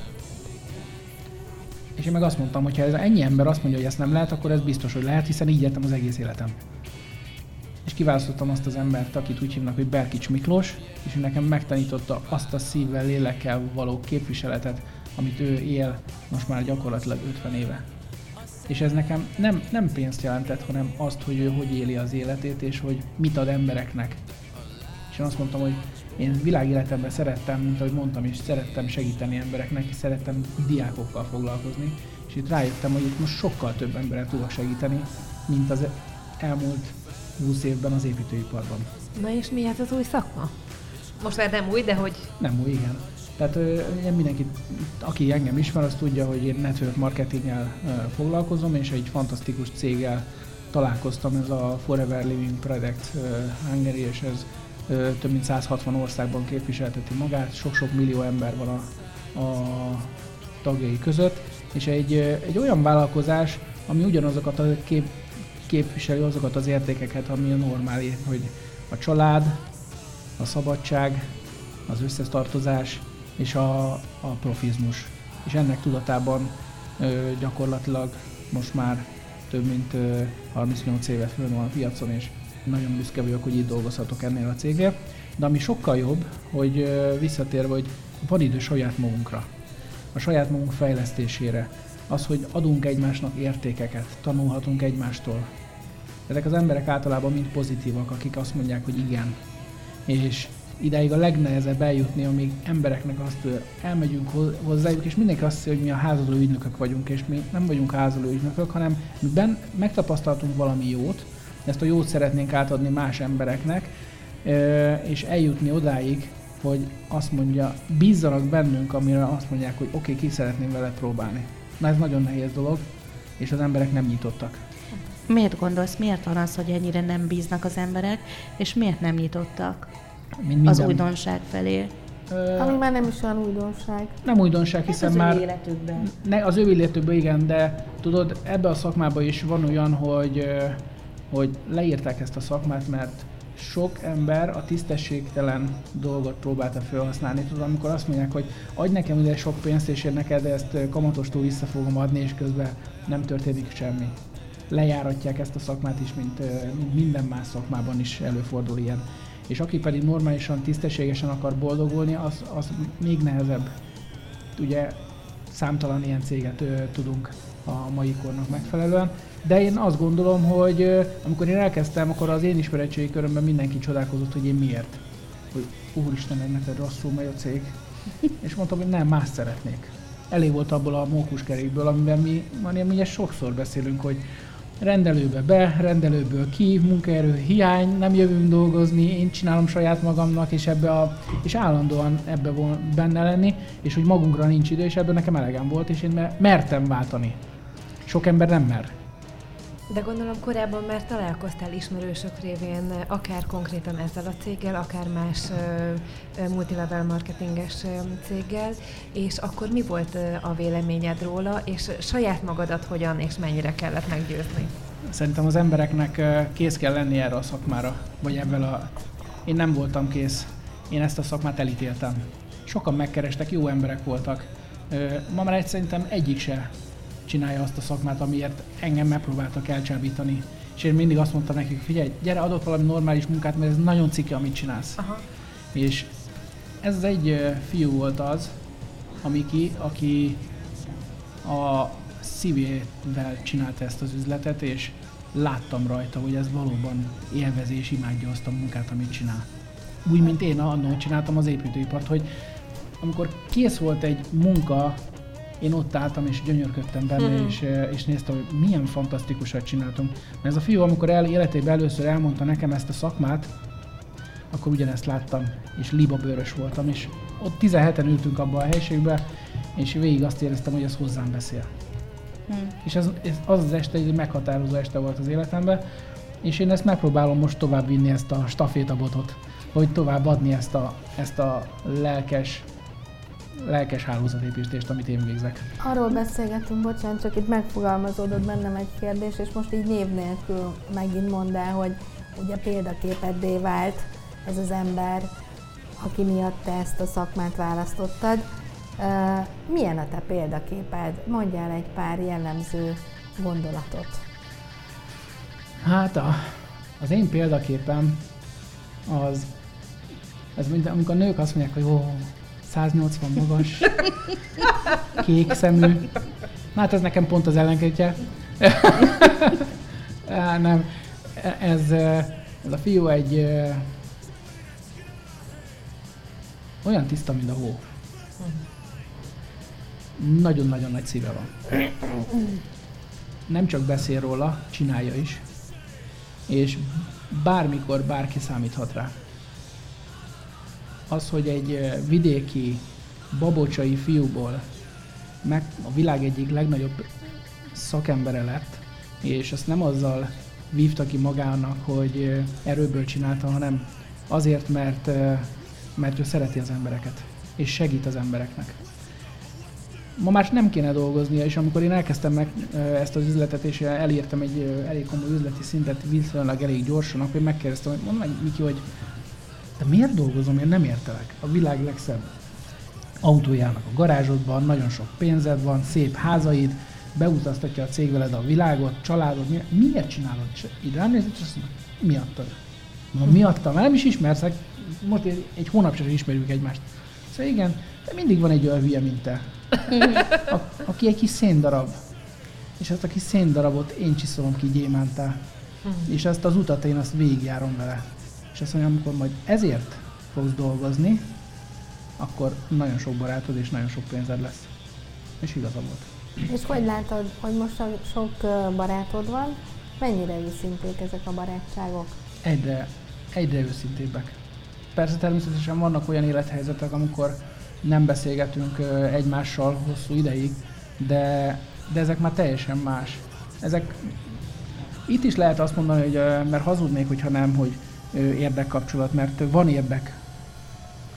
D: És én meg azt mondtam, hogy ha ez ennyi ember azt mondja, hogy ezt nem lehet, akkor ez biztos, hogy lehet, hiszen így éltem az egész életem. És kiválasztottam azt az embert, akit úgy hívnak, hogy Berkics Miklós, és ő nekem megtanította azt a szívvel, lélekkel való képviseletet, amit ő él most már gyakorlatilag 50 éve. És ez nekem nem pénzt jelentett, hanem azt, hogy ő hogy éli az életét, és hogy mit ad embereknek. És én azt mondtam, hogy én világéletemben szerettem, mint ahogy mondtam is, szerettem segíteni embereknek, és szerettem diákokkal foglalkozni, és itt rájöttem, hogy itt most sokkal több emberrel tudok segíteni, mint az elmúlt 20 évben az építőiparban.
B: Na és mi hát az új szakma? Most már nem új, de hogy...
D: Nem új, igen. Tehát mindenki, aki engem ismer, az tudja, hogy én network marketinggel foglalkozom, és egy fantasztikus céggel találkoztam, ez a Forever Living Product Hungary, és ez több mint 160 országban képviselteti magát, sok-sok millió ember van a tagjai között, és egy olyan vállalkozás, ami ugyanazokat képviseli azokat az értékeket, ami a normális, hogy a család, a szabadság, az összetartozás és a profizmus. És ennek tudatában gyakorlatilag most már több mint 38 éve fönn van a piacon, és nagyon büszke vagyok, hogy itt dolgozhatok ennél a cégnél. De ami sokkal jobb, hogy visszatérve, hogy van idő saját magunkra, a saját magunk fejlesztésére, az, hogy adunk egymásnak értékeket, tanulhatunk egymástól. Ezek az emberek általában mind pozitívak, akik azt mondják, hogy igen. És idáig a legnehezebb eljutni, amíg embereknek azt elmegyünk hozzájuk, és mindenki azt hiszi, hogy mi a házadó ügynökök vagyunk, és mi nem vagyunk házadó ügynökök, hanem mi megtapasztaltunk valami jót, ezt a jót szeretnénk átadni más embereknek, és eljutni odáig, hogy azt mondja, bízzanak bennünk, amire azt mondják, hogy oké, ki szeretném vele próbálni. Na ez nagyon nehéz dolog, és az emberek nem nyitottak.
C: Miért gondolsz, miért van az, hogy ennyire nem bíznak az emberek, és miért nem nyitottak az újdonság felé?
E: Ami már nem is olyan újdonság.
D: Nem újdonság, hiszen
C: az
D: már...
C: ő életükben.
D: Az ő életükben igen, de tudod, ebben a szakmában is van olyan, hogy leírták ezt a szakmát, mert sok ember a tisztességtelen dolgot próbálta felhasználni. Tudod, amikor azt mondják, hogy adj nekem ide sok pénzt, és én neked ezt kamatostól vissza fogom adni, és közben nem történik semmi. Lejáratják ezt a szakmát is, mint minden más szakmában is előfordul ilyen. És aki pedig normálisan, tisztességesen akar boldogulni, az még nehezebb. Ugye számtalan ilyen céget tudunk a mai kornak megfelelően. De én azt gondolom, hogy amikor én elkezdtem, akkor az én ismeretségi körömben mindenki csodálkozott, hogy én miért. Hogy úristen, neked rosszul megy a cég. És mondtam, hogy nem, más szeretnék. Elég volt abból a mókuskerékből, amiben mi sokszor beszélünk, hogy rendelőbe be, rendelőből ki, munkaerő hiány, nem jövünk dolgozni, én csinálom saját magamnak, és állandóan ebbe van benne lenni, és hogy magunkra nincs idő, és ebből nekem elegem volt, és én mertem váltani. Sok ember nem mer.
B: De gondolom korábban már találkoztál ismerősök révén, akár konkrétan ezzel a céggel, akár más multilevel marketinges céggel, és akkor mi volt a véleményed róla, és saját magadat hogyan és mennyire kellett meggyőzni?
D: Szerintem az embereknek kész kell lenni erre a szakmára, vagy Én nem voltam kész, én ezt a szakmát elítéltem. Sokan megkerestek, jó emberek voltak. Ma már szerintem egyik se csinálja azt a szakmát, amiért engem megpróbáltak elcsábítani. És én mindig azt mondtam nekik, figyelj, gyere, adok valami normális munkát, mert ez nagyon ciki, amit csinálsz.
B: Aha.
D: És ez az egy fiú volt az, aki a szívével csinálta ezt az üzletet, és láttam rajta, hogy ez valóban élvezi és imádja azt a munkát, amit csinál. Úgy, mint én annól csináltam az építőipart, hogy amikor kész volt egy munka, én ott álltam és gyönyörködtem benne, és néztem, hogy milyen fantasztikusat csináltunk. Mert ez a fiú, amikor életében először elmondta nekem ezt a szakmát, akkor ugyanezt láttam, és libabőrös voltam, és ott 17-en ültünk abban a helységben, és végig azt éreztem, hogy ez hozzám beszél. És az az este egy meghatározó este volt az életemben, és én ezt megpróbálom most tovább vinni, ezt a stafétabotot, hogy tovább adni ezt a lelkes hálózatépítést, amit én végzek.
E: Arról beszélgetünk, bocsánat, csak itt megfogalmazódott bennem egy kérdés, és most így név nélkül megint mondd el, hogy ugye példaképeddé vált ez az ember, aki miatt te ezt a szakmát választottad. Milyen a te példaképed? Mondjál egy pár jellemző gondolatot.
D: Hát az én példaképem ez mint amikor a nők azt mondják, hogy 180 magas, kék szemű. Hát ez nekem pont az ellenkezője. Nem, ez a fiú egy olyan tiszta, mint a hó. Nagyon-nagyon nagy szíve van. Nem csak beszél róla, csinálja is. És bármikor bárki számíthat rá. Az, hogy egy vidéki, babocsai fiúból a világ egyik legnagyobb szakembere lett, és azt nem azzal vívta ki magának, hogy erőből csinálta, hanem azért, mert ő szereti az embereket, és segít az embereknek. Ma már nem kéne dolgoznia, és amikor én elkezdtem meg ezt az üzletet, és elértem egy elég komoly üzleti szintet viszonylag elég gyorsan, akkor én megkérdeztem, hogy mondd meg, Miki, hogy de miért dolgozom, én nem értelek. A világ legszebb autójának a garázsodban, nagyon sok pénzed van, szép házaid, beutaztatja a cég veled a világot, családod, miért csinálod? Így rám nézett, és azt mondta, miattad. Mondom, miattam, nem is ismerszek, most egy hónap sem ismerjük egymást. Szóval igen, de mindig van egy olyan hülye, mint te, aki egy kis széndarab. És ezt a kis széndarabot én csiszolom ki gyémántá. És ezt az utat én azt végigjárom vele. És azt mondja, amikor majd ezért fogsz dolgozni, akkor nagyon sok barátod és nagyon sok pénzed lesz. És igaza volt.
E: És hogy látod, hogy most sok barátod van? Mennyire őszinték ezek a barátságok?
D: Egyre őszintébbek. Persze természetesen vannak olyan élethelyzetek, amikor nem beszélgetünk egymással hosszú ideig, de ezek már teljesen más. Itt is lehet azt mondani, hogy mert hazudnék, hogyha nem, hogy érdekkapcsolat, mert van érdek.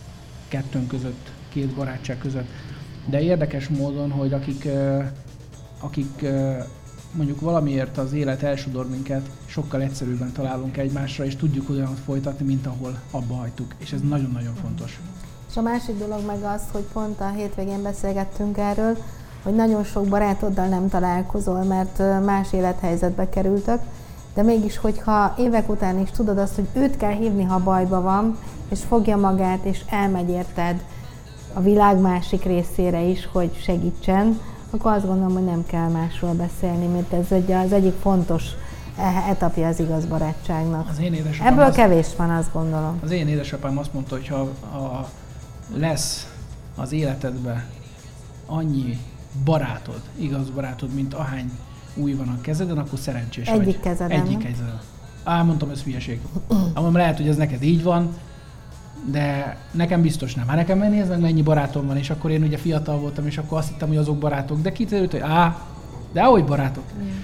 D: kettőnk között, két barátság között. De érdekes módon, hogy akik mondjuk valamiért az élet elsodor minket, sokkal egyszerűbben találunk egymásra, és tudjuk ugyanazt folytatni, mint ahol abba hagytuk. És ez nagyon-nagyon fontos.
E: És a másik dolog meg az, hogy pont a hétvégén beszélgettünk erről, hogy nagyon sok barátoddal nem találkozol, mert más élethelyzetbe kerültök, de mégis, hogyha évek után is tudod azt, hogy őt kell hívni, ha bajba van, és fogja magát, és elmegy érted a világ másik részére is, hogy segítsen, akkor azt gondolom, hogy nem kell másról beszélni, mert ez az egyik fontos etapja az igaz barátságnak. Ebből kevés van, azt gondolom.
D: Az én édesapám azt mondta, hogy ha lesz az életedben annyi barátod, igaz barátod, mint ahány új van a kezeden, akkor szerencsés vagy.
E: Egyik kezeden.
D: Mondtam, ez hülyeség. Mondom, lehet, hogy ez neked így van, de nekem biztos nem. Hát nekem nézd meg, mennyi barátom van, és akkor én ugye fiatal voltam, és akkor azt hittem, hogy azok barátok, de kiderült, hogy de ahogy barátok.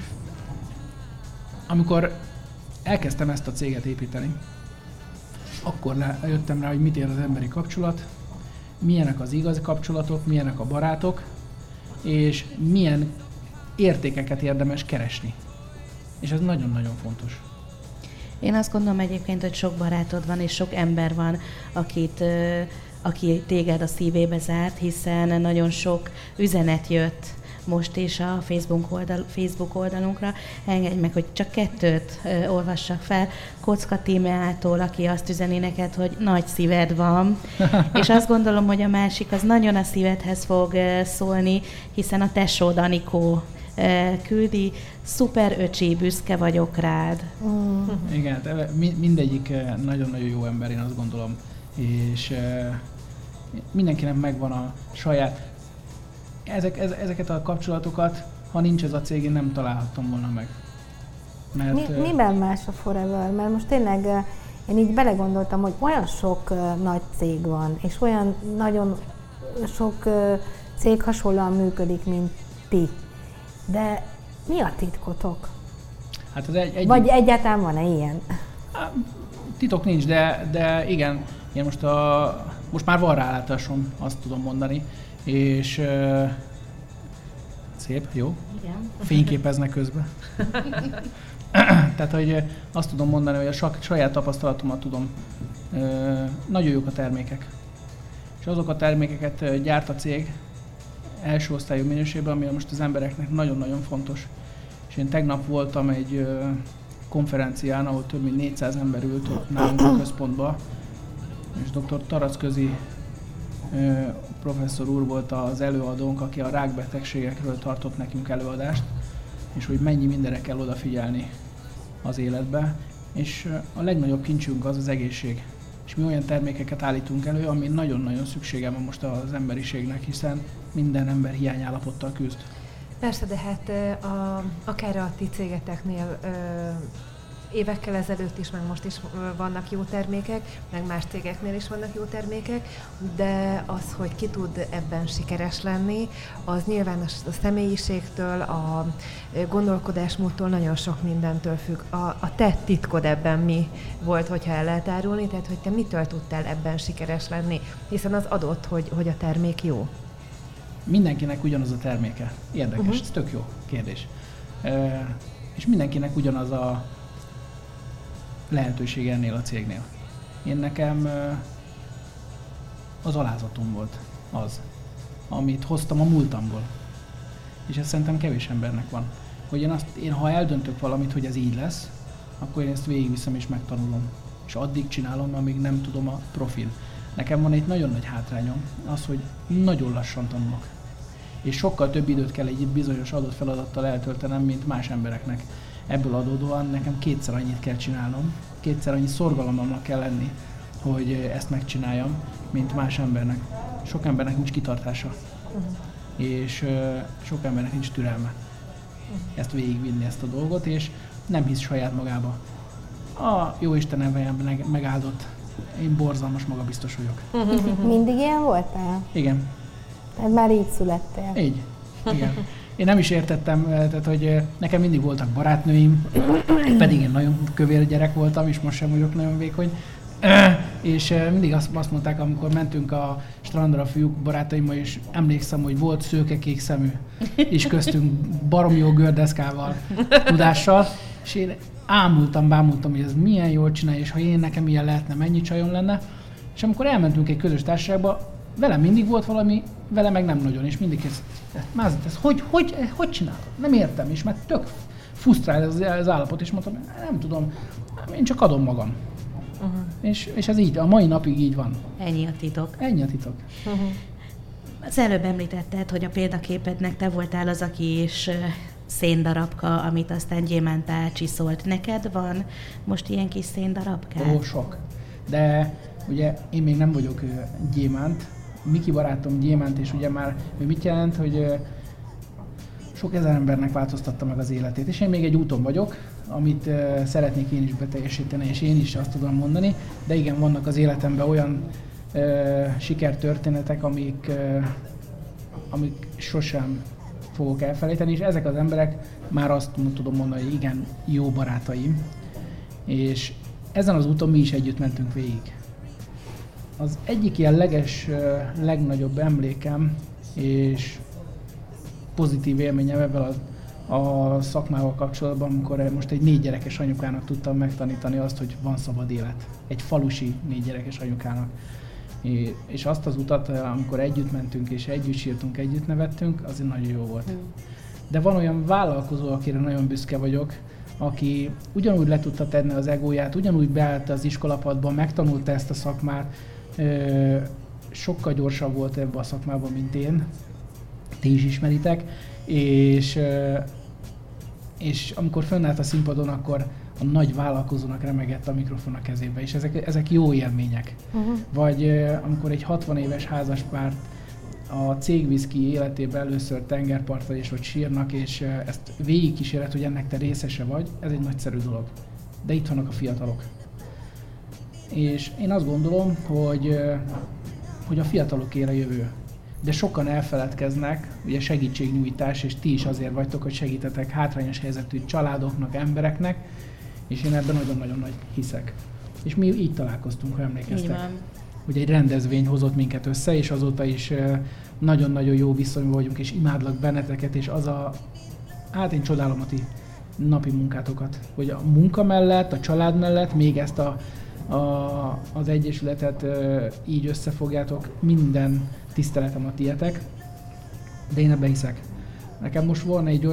D: Amikor elkezdtem ezt a céget építeni, akkor jöttem rá, hogy mit ér az emberi kapcsolat, milyenek az igazi kapcsolatok, milyenek a barátok, és milyen értékeket érdemes keresni. És ez nagyon-nagyon fontos.
C: Én azt gondolom egyébként, hogy sok barátod van, és sok ember van, aki téged a szívébe zárt, hiszen nagyon sok üzenet jött most is a Facebook oldalunkra. Engedj meg, hogy csak 2 olvassak fel. Kocka Tímeától, aki azt üzeni neked, hogy nagy szíved van. És azt gondolom, hogy a másik az nagyon a szívedhez fog szólni, hiszen a tesód Anikó küldi, szuper öcsi, büszke vagyok rád.
D: Igen, mindegyik nagyon-nagyon jó ember, én azt gondolom. És mindenkinek megvan a saját... Ezeket a kapcsolatokat, ha nincs ez a cég, én nem találhattam volna meg. Mert,
E: miben más a Forever? Mert most tényleg én így belegondoltam, hogy olyan sok nagy cég van, és olyan nagyon sok cég hasonlóan működik, mint ti. De mi a titkotok?
D: Hát az
E: vagy egyáltalán van-e ilyen?
D: Titok nincs, de igen, én most már van rálátásom, azt tudom mondani, és szép, jó?
C: Igen.
D: Fényképeznek közben. Tehát, hogy azt tudom mondani, hogy a saját tapasztalatomat tudom. Nagyon jók a termékek. És azok a termékeket gyárt a cég első osztályú minőségben, ami most az embereknek nagyon-nagyon fontos. És én tegnap voltam egy konferencián, ahol több mint 400 ember ült nálunk a központban, és dr. Taracközi professzor úr volt az előadónk, aki a rákbetegségekről tartott nekünk előadást, és hogy mennyi mindenre kell odafigyelni az életbe, és a legnagyobb kincsünk az egészség. És mi olyan termékeket állítunk elő, ami nagyon-nagyon szüksége van most az emberiségnek, hiszen minden ember hiányállapottal küzd.
B: Persze, de hát akár a ti cégeteknél évekkel ezelőtt is, meg most is vannak jó termékek, meg más cégeknél is vannak jó termékek, de az, hogy ki tud ebben sikeres lenni, az nyilván a személyiségtől, a gondolkodásmódtól, nagyon sok mindentől függ. A te titkod ebben mi volt, hogyha el lehet árulni, tehát hogy te mitől tudtál ebben sikeres lenni, hiszen az adott, hogy a termék jó.
D: Mindenkinek ugyanaz a terméke. Érdekes, ez tök jó kérdés. És mindenkinek ugyanaz a lehetőség ennél a cégnél. Én nekem az alázatom volt az, amit hoztam a múltamból. És ez szerintem kevés embernek van. Hogy én ha eldöntök valamit, hogy ez így lesz, akkor én ezt végigviszem és megtanulom. És addig csinálom, amíg nem tudom a profil. Nekem van egy nagyon nagy hátrányom, az, hogy nagyon lassan tanulok. És sokkal több időt kell egy bizonyos adott feladattal eltöltenem, mint más embereknek. Ebből adódóan nekem 2-szer annyit kell csinálnom, 2-szer annyi szorgalomnak kell lenni, hogy ezt megcsináljam, mint más embernek. Sok embernek nincs kitartása, és sok embernek nincs türelme ezt végigvinni, ezt a dolgot, és nem hisz saját magába. A Jóisten nevejem megáldott, én borzalmas magabiztos vagyok.
E: Mindig ilyen voltál?
D: Igen.
E: Tehát már így születtél?
D: Így, igen. Én nem is értettem, tehát, hogy nekem mindig voltak barátnőim, pedig én nagyon kövér gyerek voltam, és most sem vagyok nagyon vékony. és mindig azt mondták, amikor mentünk a strandra a fiúk barátaimmal, és emlékszem, hogy volt szőkekék szemű, és köztünk baromi jó gördeszkával, tudással, és én bámultam, hogy ez milyen jól csinálja, és ha én nekem ilyen lehetne, mennyi csajom lenne. És amikor elmentünk egy közös társaságba, velem mindig volt valami, vele meg nem nagyon, és mindig ez hogy csinálod? Nem értem, és már tök frusztrál az állapot, és mondtam, nem tudom, én csak adom magam. És ez így, a mai napig így van.
C: Ennyi a titok. Az előbb említetted, hogy a példaképednek te voltál az, aki is széndarabka, amit aztán gyémántá csiszolt. Neked van most ilyen kis széndarabkád?
D: Ó, sok. De ugye én még nem vagyok gyémánt. Miki barátom gyémánt, és ugye már mit jelent, hogy sok ezer embernek változtatta meg az életét. És én még egy úton vagyok, amit szeretnék én is beteljesíteni, és én is azt tudom mondani. De igen, vannak az életemben olyan sikertörténetek, amik sosem fogok elfelejteni, és ezek az emberek már azt tudom mondani, hogy igen, jó barátaim. És ezen az úton mi is együtt mentünk végig. Az egyik ilyen legnagyobb emlékem és pozitív élményem ebben a szakmával kapcsolatban, amikor most egy 4 gyerekes anyukának tudtam megtanítani azt, hogy van szabad élet. Egy falusi 4 gyerekes anyukának. És azt az utat, amikor együtt mentünk és együtt sírtunk, együtt nevettünk, azért nagyon jó volt. De van olyan vállalkozó, akire nagyon büszke vagyok, aki ugyanúgy le tudta tenni az egóját, ugyanúgy beállt az iskolapadban, megtanulta ezt a szakmát, sokkal gyorsabb volt ebben a szakmában, mint én, ti is ismeritek, és amikor fönnállt a színpadon, akkor a nagy vállalkozónak remegett a mikrofon a kezébe, és ezek jó élmények. Vagy amikor egy 60 éves házaspárt a cégviszki életében először tengerparton és ott sírnak, és ezt végigkíséret, hogy ennek te részese vagy, ez egy nagyszerű dolog. De itt vannak a fiatalok. És én azt gondolom, hogy a fiatalok ér a jövő. De sokan elfeledkeznek, ugye segítségnyújtás, és ti is azért vagytok, hogy segítetek hátrányos helyzetű családoknak, embereknek, és én ebben nagyon-nagyon nagy hiszek. És mi így találkoztunk, ha emlékeztek. Hogy egy rendezvény hozott minket össze, és azóta is nagyon-nagyon jó viszonyban vagyunk, és imádlak benneteket, és én csodálom a ti napi munkátokat. Hogy a munka mellett, a család mellett még ezt az egyesületet így összefogjátok, minden tiszteletem a tietek, de én ebben hiszek. Nekem most van egy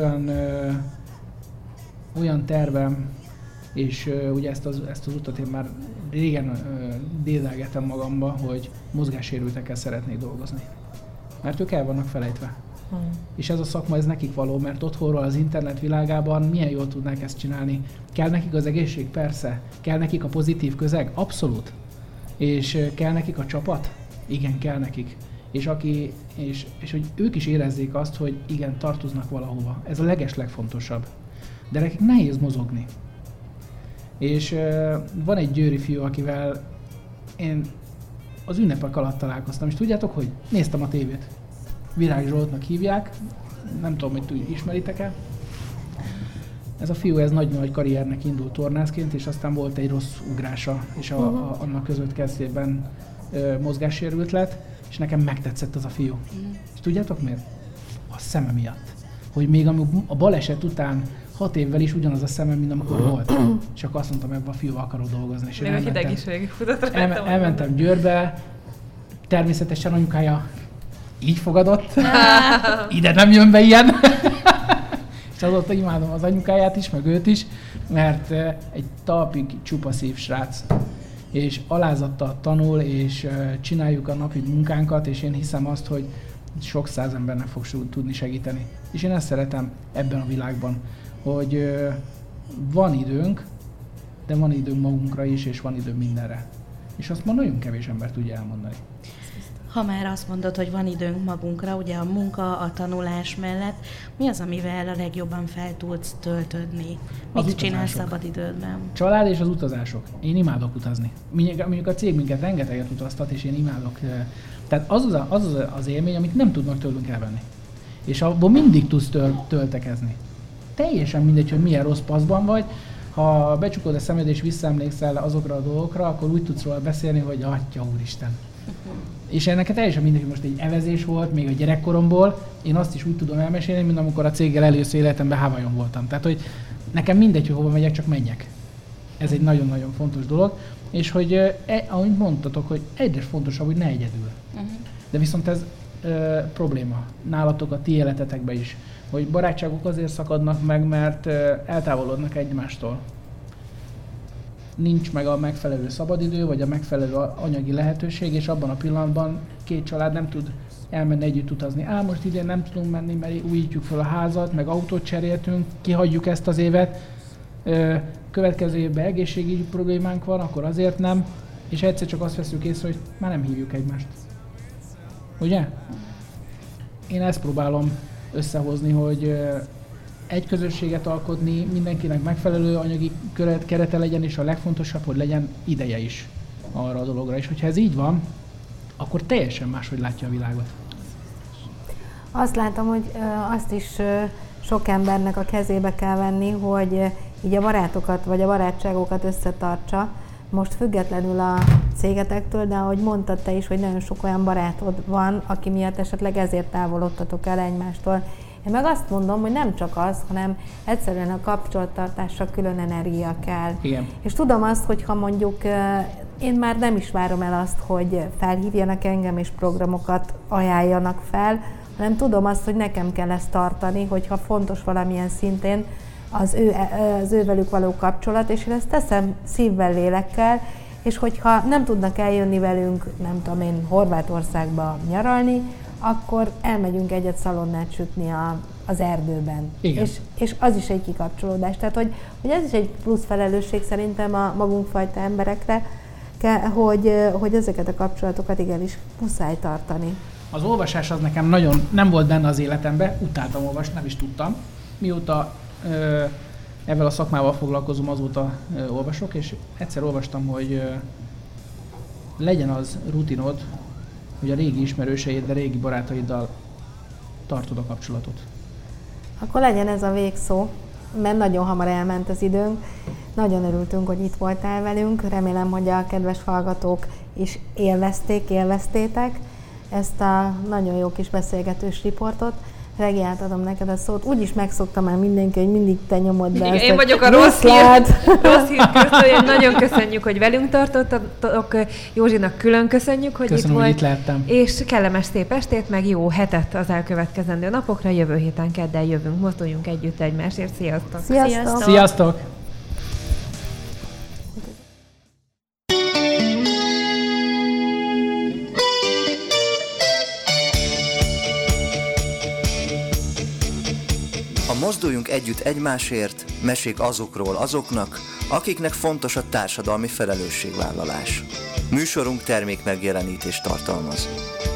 D: olyan tervem, és ugye ezt az utat én már régen dédelgetem magamba, hogy mozgássérültekkel szeretnék dolgozni. Mert ők el vannak felejtve. És ez a szakma, ez nekik való, mert otthonról az internet világában milyen jól tudnák ezt csinálni. Kell nekik az egészség? Persze. Kell nekik a pozitív közeg? Abszolút. És kell nekik a csapat? Igen, kell nekik. És hogy ők is érezzék azt, hogy igen, tartoznak valahova. Ez a legeslegfontosabb. De nekik nehéz mozogni. És van egy győri fiú, akivel én az ünnepek alatt találkoztam, és tudjátok, hogy néztem a tévét. Virág Zsoltnak hívják, nem tudom, hogy ismeritek-e. Ez a fiú, ez nagy karriernek indult tornászként, és aztán volt egy rossz ugrása, és annak között kezdetben mozgássérült lett, és nekem megtetszett az a fiú. És tudjátok miért? A szeme miatt. Hogy még a baleset után 6 évvel is ugyanaz a szemem, mint amikor volt. És akkor azt mondtam, ebben a fiúval akarok dolgozni. És
B: én
D: elmentem Győrbe, természetesen anyukája így fogadott, ide nem jön be ilyen. És azóta imádom az anyukáját is, meg őt is, mert egy talpig csupa szív srác. És alázattal tanul, és csináljuk a napi munkánkat, és én hiszem azt, hogy sok száz embernek fog tudni segíteni. És én ezt szeretem ebben a világban, hogy van időnk, de van időnk magunkra is, és van időnk mindenre. És azt már nagyon kevés ember tudja elmondani.
C: Ha már azt mondod, hogy van időnk magunkra, ugye a munka, a tanulás mellett, mi az, amivel a legjobban fel tudsz töltődni? Mit csinálsz szabadidődben?
D: Család és az utazások. Én imádok utazni. Mondjuk a cég minket rengeteget utaztat, és én imádok. Tehát az az élmény, amit nem tudnak tőlünk elvenni. És abból mindig tudsz töltekezni. Teljesen mindegy, hogy milyen rossz paszban vagy, Ha becsukod a szemed és visszaemlékszel azokra a dolgokra, akkor úgy tudsz róla beszélni, hogy Atya Úristen. És ennek teljesen mindegy, most egy evezés volt, még a gyerekkoromból, én azt is úgy tudom elmesélni, mint amikor a céggel először életemben Hawaiion voltam. Tehát, hogy nekem mindegy, hogy hova megyek, csak menjek. Ez egy nagyon-nagyon fontos dolog. És hogy, ahogy mondtatok, hogy egyre fontosabb, hogy ne egyedül. De viszont ez probléma nálatok, a ti életetekben is. Hogy barátságok azért szakadnak meg, mert eltávolodnak egymástól. Nincs meg a megfelelő szabadidő, vagy a megfelelő anyagi lehetőség, és abban a pillanatban két család nem tud elmenni együtt utazni. Most idén nem tudunk menni, mert újítjuk fel a házat, meg autót cseréltünk, kihagyjuk ezt az évet. Következő évben egészségügyi problémánk van, akkor azért nem, és egyszer csak azt veszünk észre, hogy már nem hívjuk egymást. Ugye? Én ezt próbálom összehozni, hogy egy közösséget alkotni, mindenkinek megfelelő anyagi kerete legyen, és a legfontosabb, hogy legyen ideje is arra a dologra. És hogyha ez így van, akkor teljesen máshogy látja a világot.
E: Azt látom, hogy azt is sok embernek a kezébe kell venni, hogy így a barátokat vagy a barátságokat összetartsa, most függetlenül a cégetektől, de ahogy mondtad te is, hogy nagyon sok olyan barátod van, aki miatt esetleg ezért távolodtatok el egymástól. Én meg azt mondom, hogy nem csak az, hanem egyszerűen a kapcsolattartásra külön energia kell.
D: Igen.
E: És tudom azt, hogy ha mondjuk én már nem is várom el azt, hogy felhívjanak engem és programokat ajánljanak fel, hanem tudom azt, hogy nekem kell ezt tartani, hogyha fontos valamilyen szintén az ő velük való kapcsolat, és én ezt teszem szívvel, lélekkel, és hogyha nem tudnak eljönni velünk, nem tudom én, Horvátországba nyaralni, akkor elmegyünk egyet szalonnát sütni az erdőben. És az is egy kikapcsolódás. Tehát, hogy ez is egy plusz felelősség szerintem a magunkfajta emberekre, hogy ezeket a kapcsolatokat igenis muszáj tartani.
D: Az olvasás az nekem nagyon nem volt benne az életemben, utáltam olvasni, nem is tudtam. Mióta ezzel a szakmával foglalkozom, azóta olvasok, és egyszer olvastam, hogy legyen az rutinod, hogy a régi ismerőseiddel, régi barátaiddal tartod a kapcsolatot.
E: Akkor legyen ez a végszó, mert nagyon hamar elment az időnk. Nagyon örültünk, hogy itt voltál velünk. Remélem, hogy a kedves hallgatók is élveztétek ezt a nagyon jó kis beszélgetős riportot. Regi, átadom neked a szót. Úgyis megszoktam már mindenki, hogy mindig te nyomod be.
B: Igen, én vagyok a rossz hír köztője. Nagyon köszönjük, hogy velünk tartottatok. Józsinak külön köszönjük, hogy
D: köszönöm,
B: itt volt.
D: Hogy itt lehettem.
B: És kellemes szép estét, meg jó hetet az elkövetkezendő napokra. Jövő héten keddel jövünk. Mozduljunk együtt egymásért. Sziasztok!
E: Sziasztok!
D: Sziasztok!
A: Mozduljunk együtt egymásért, mesék azokról azoknak, akiknek fontos a társadalmi felelősségvállalás. Műsorunk termék megjelenítést tartalmaz.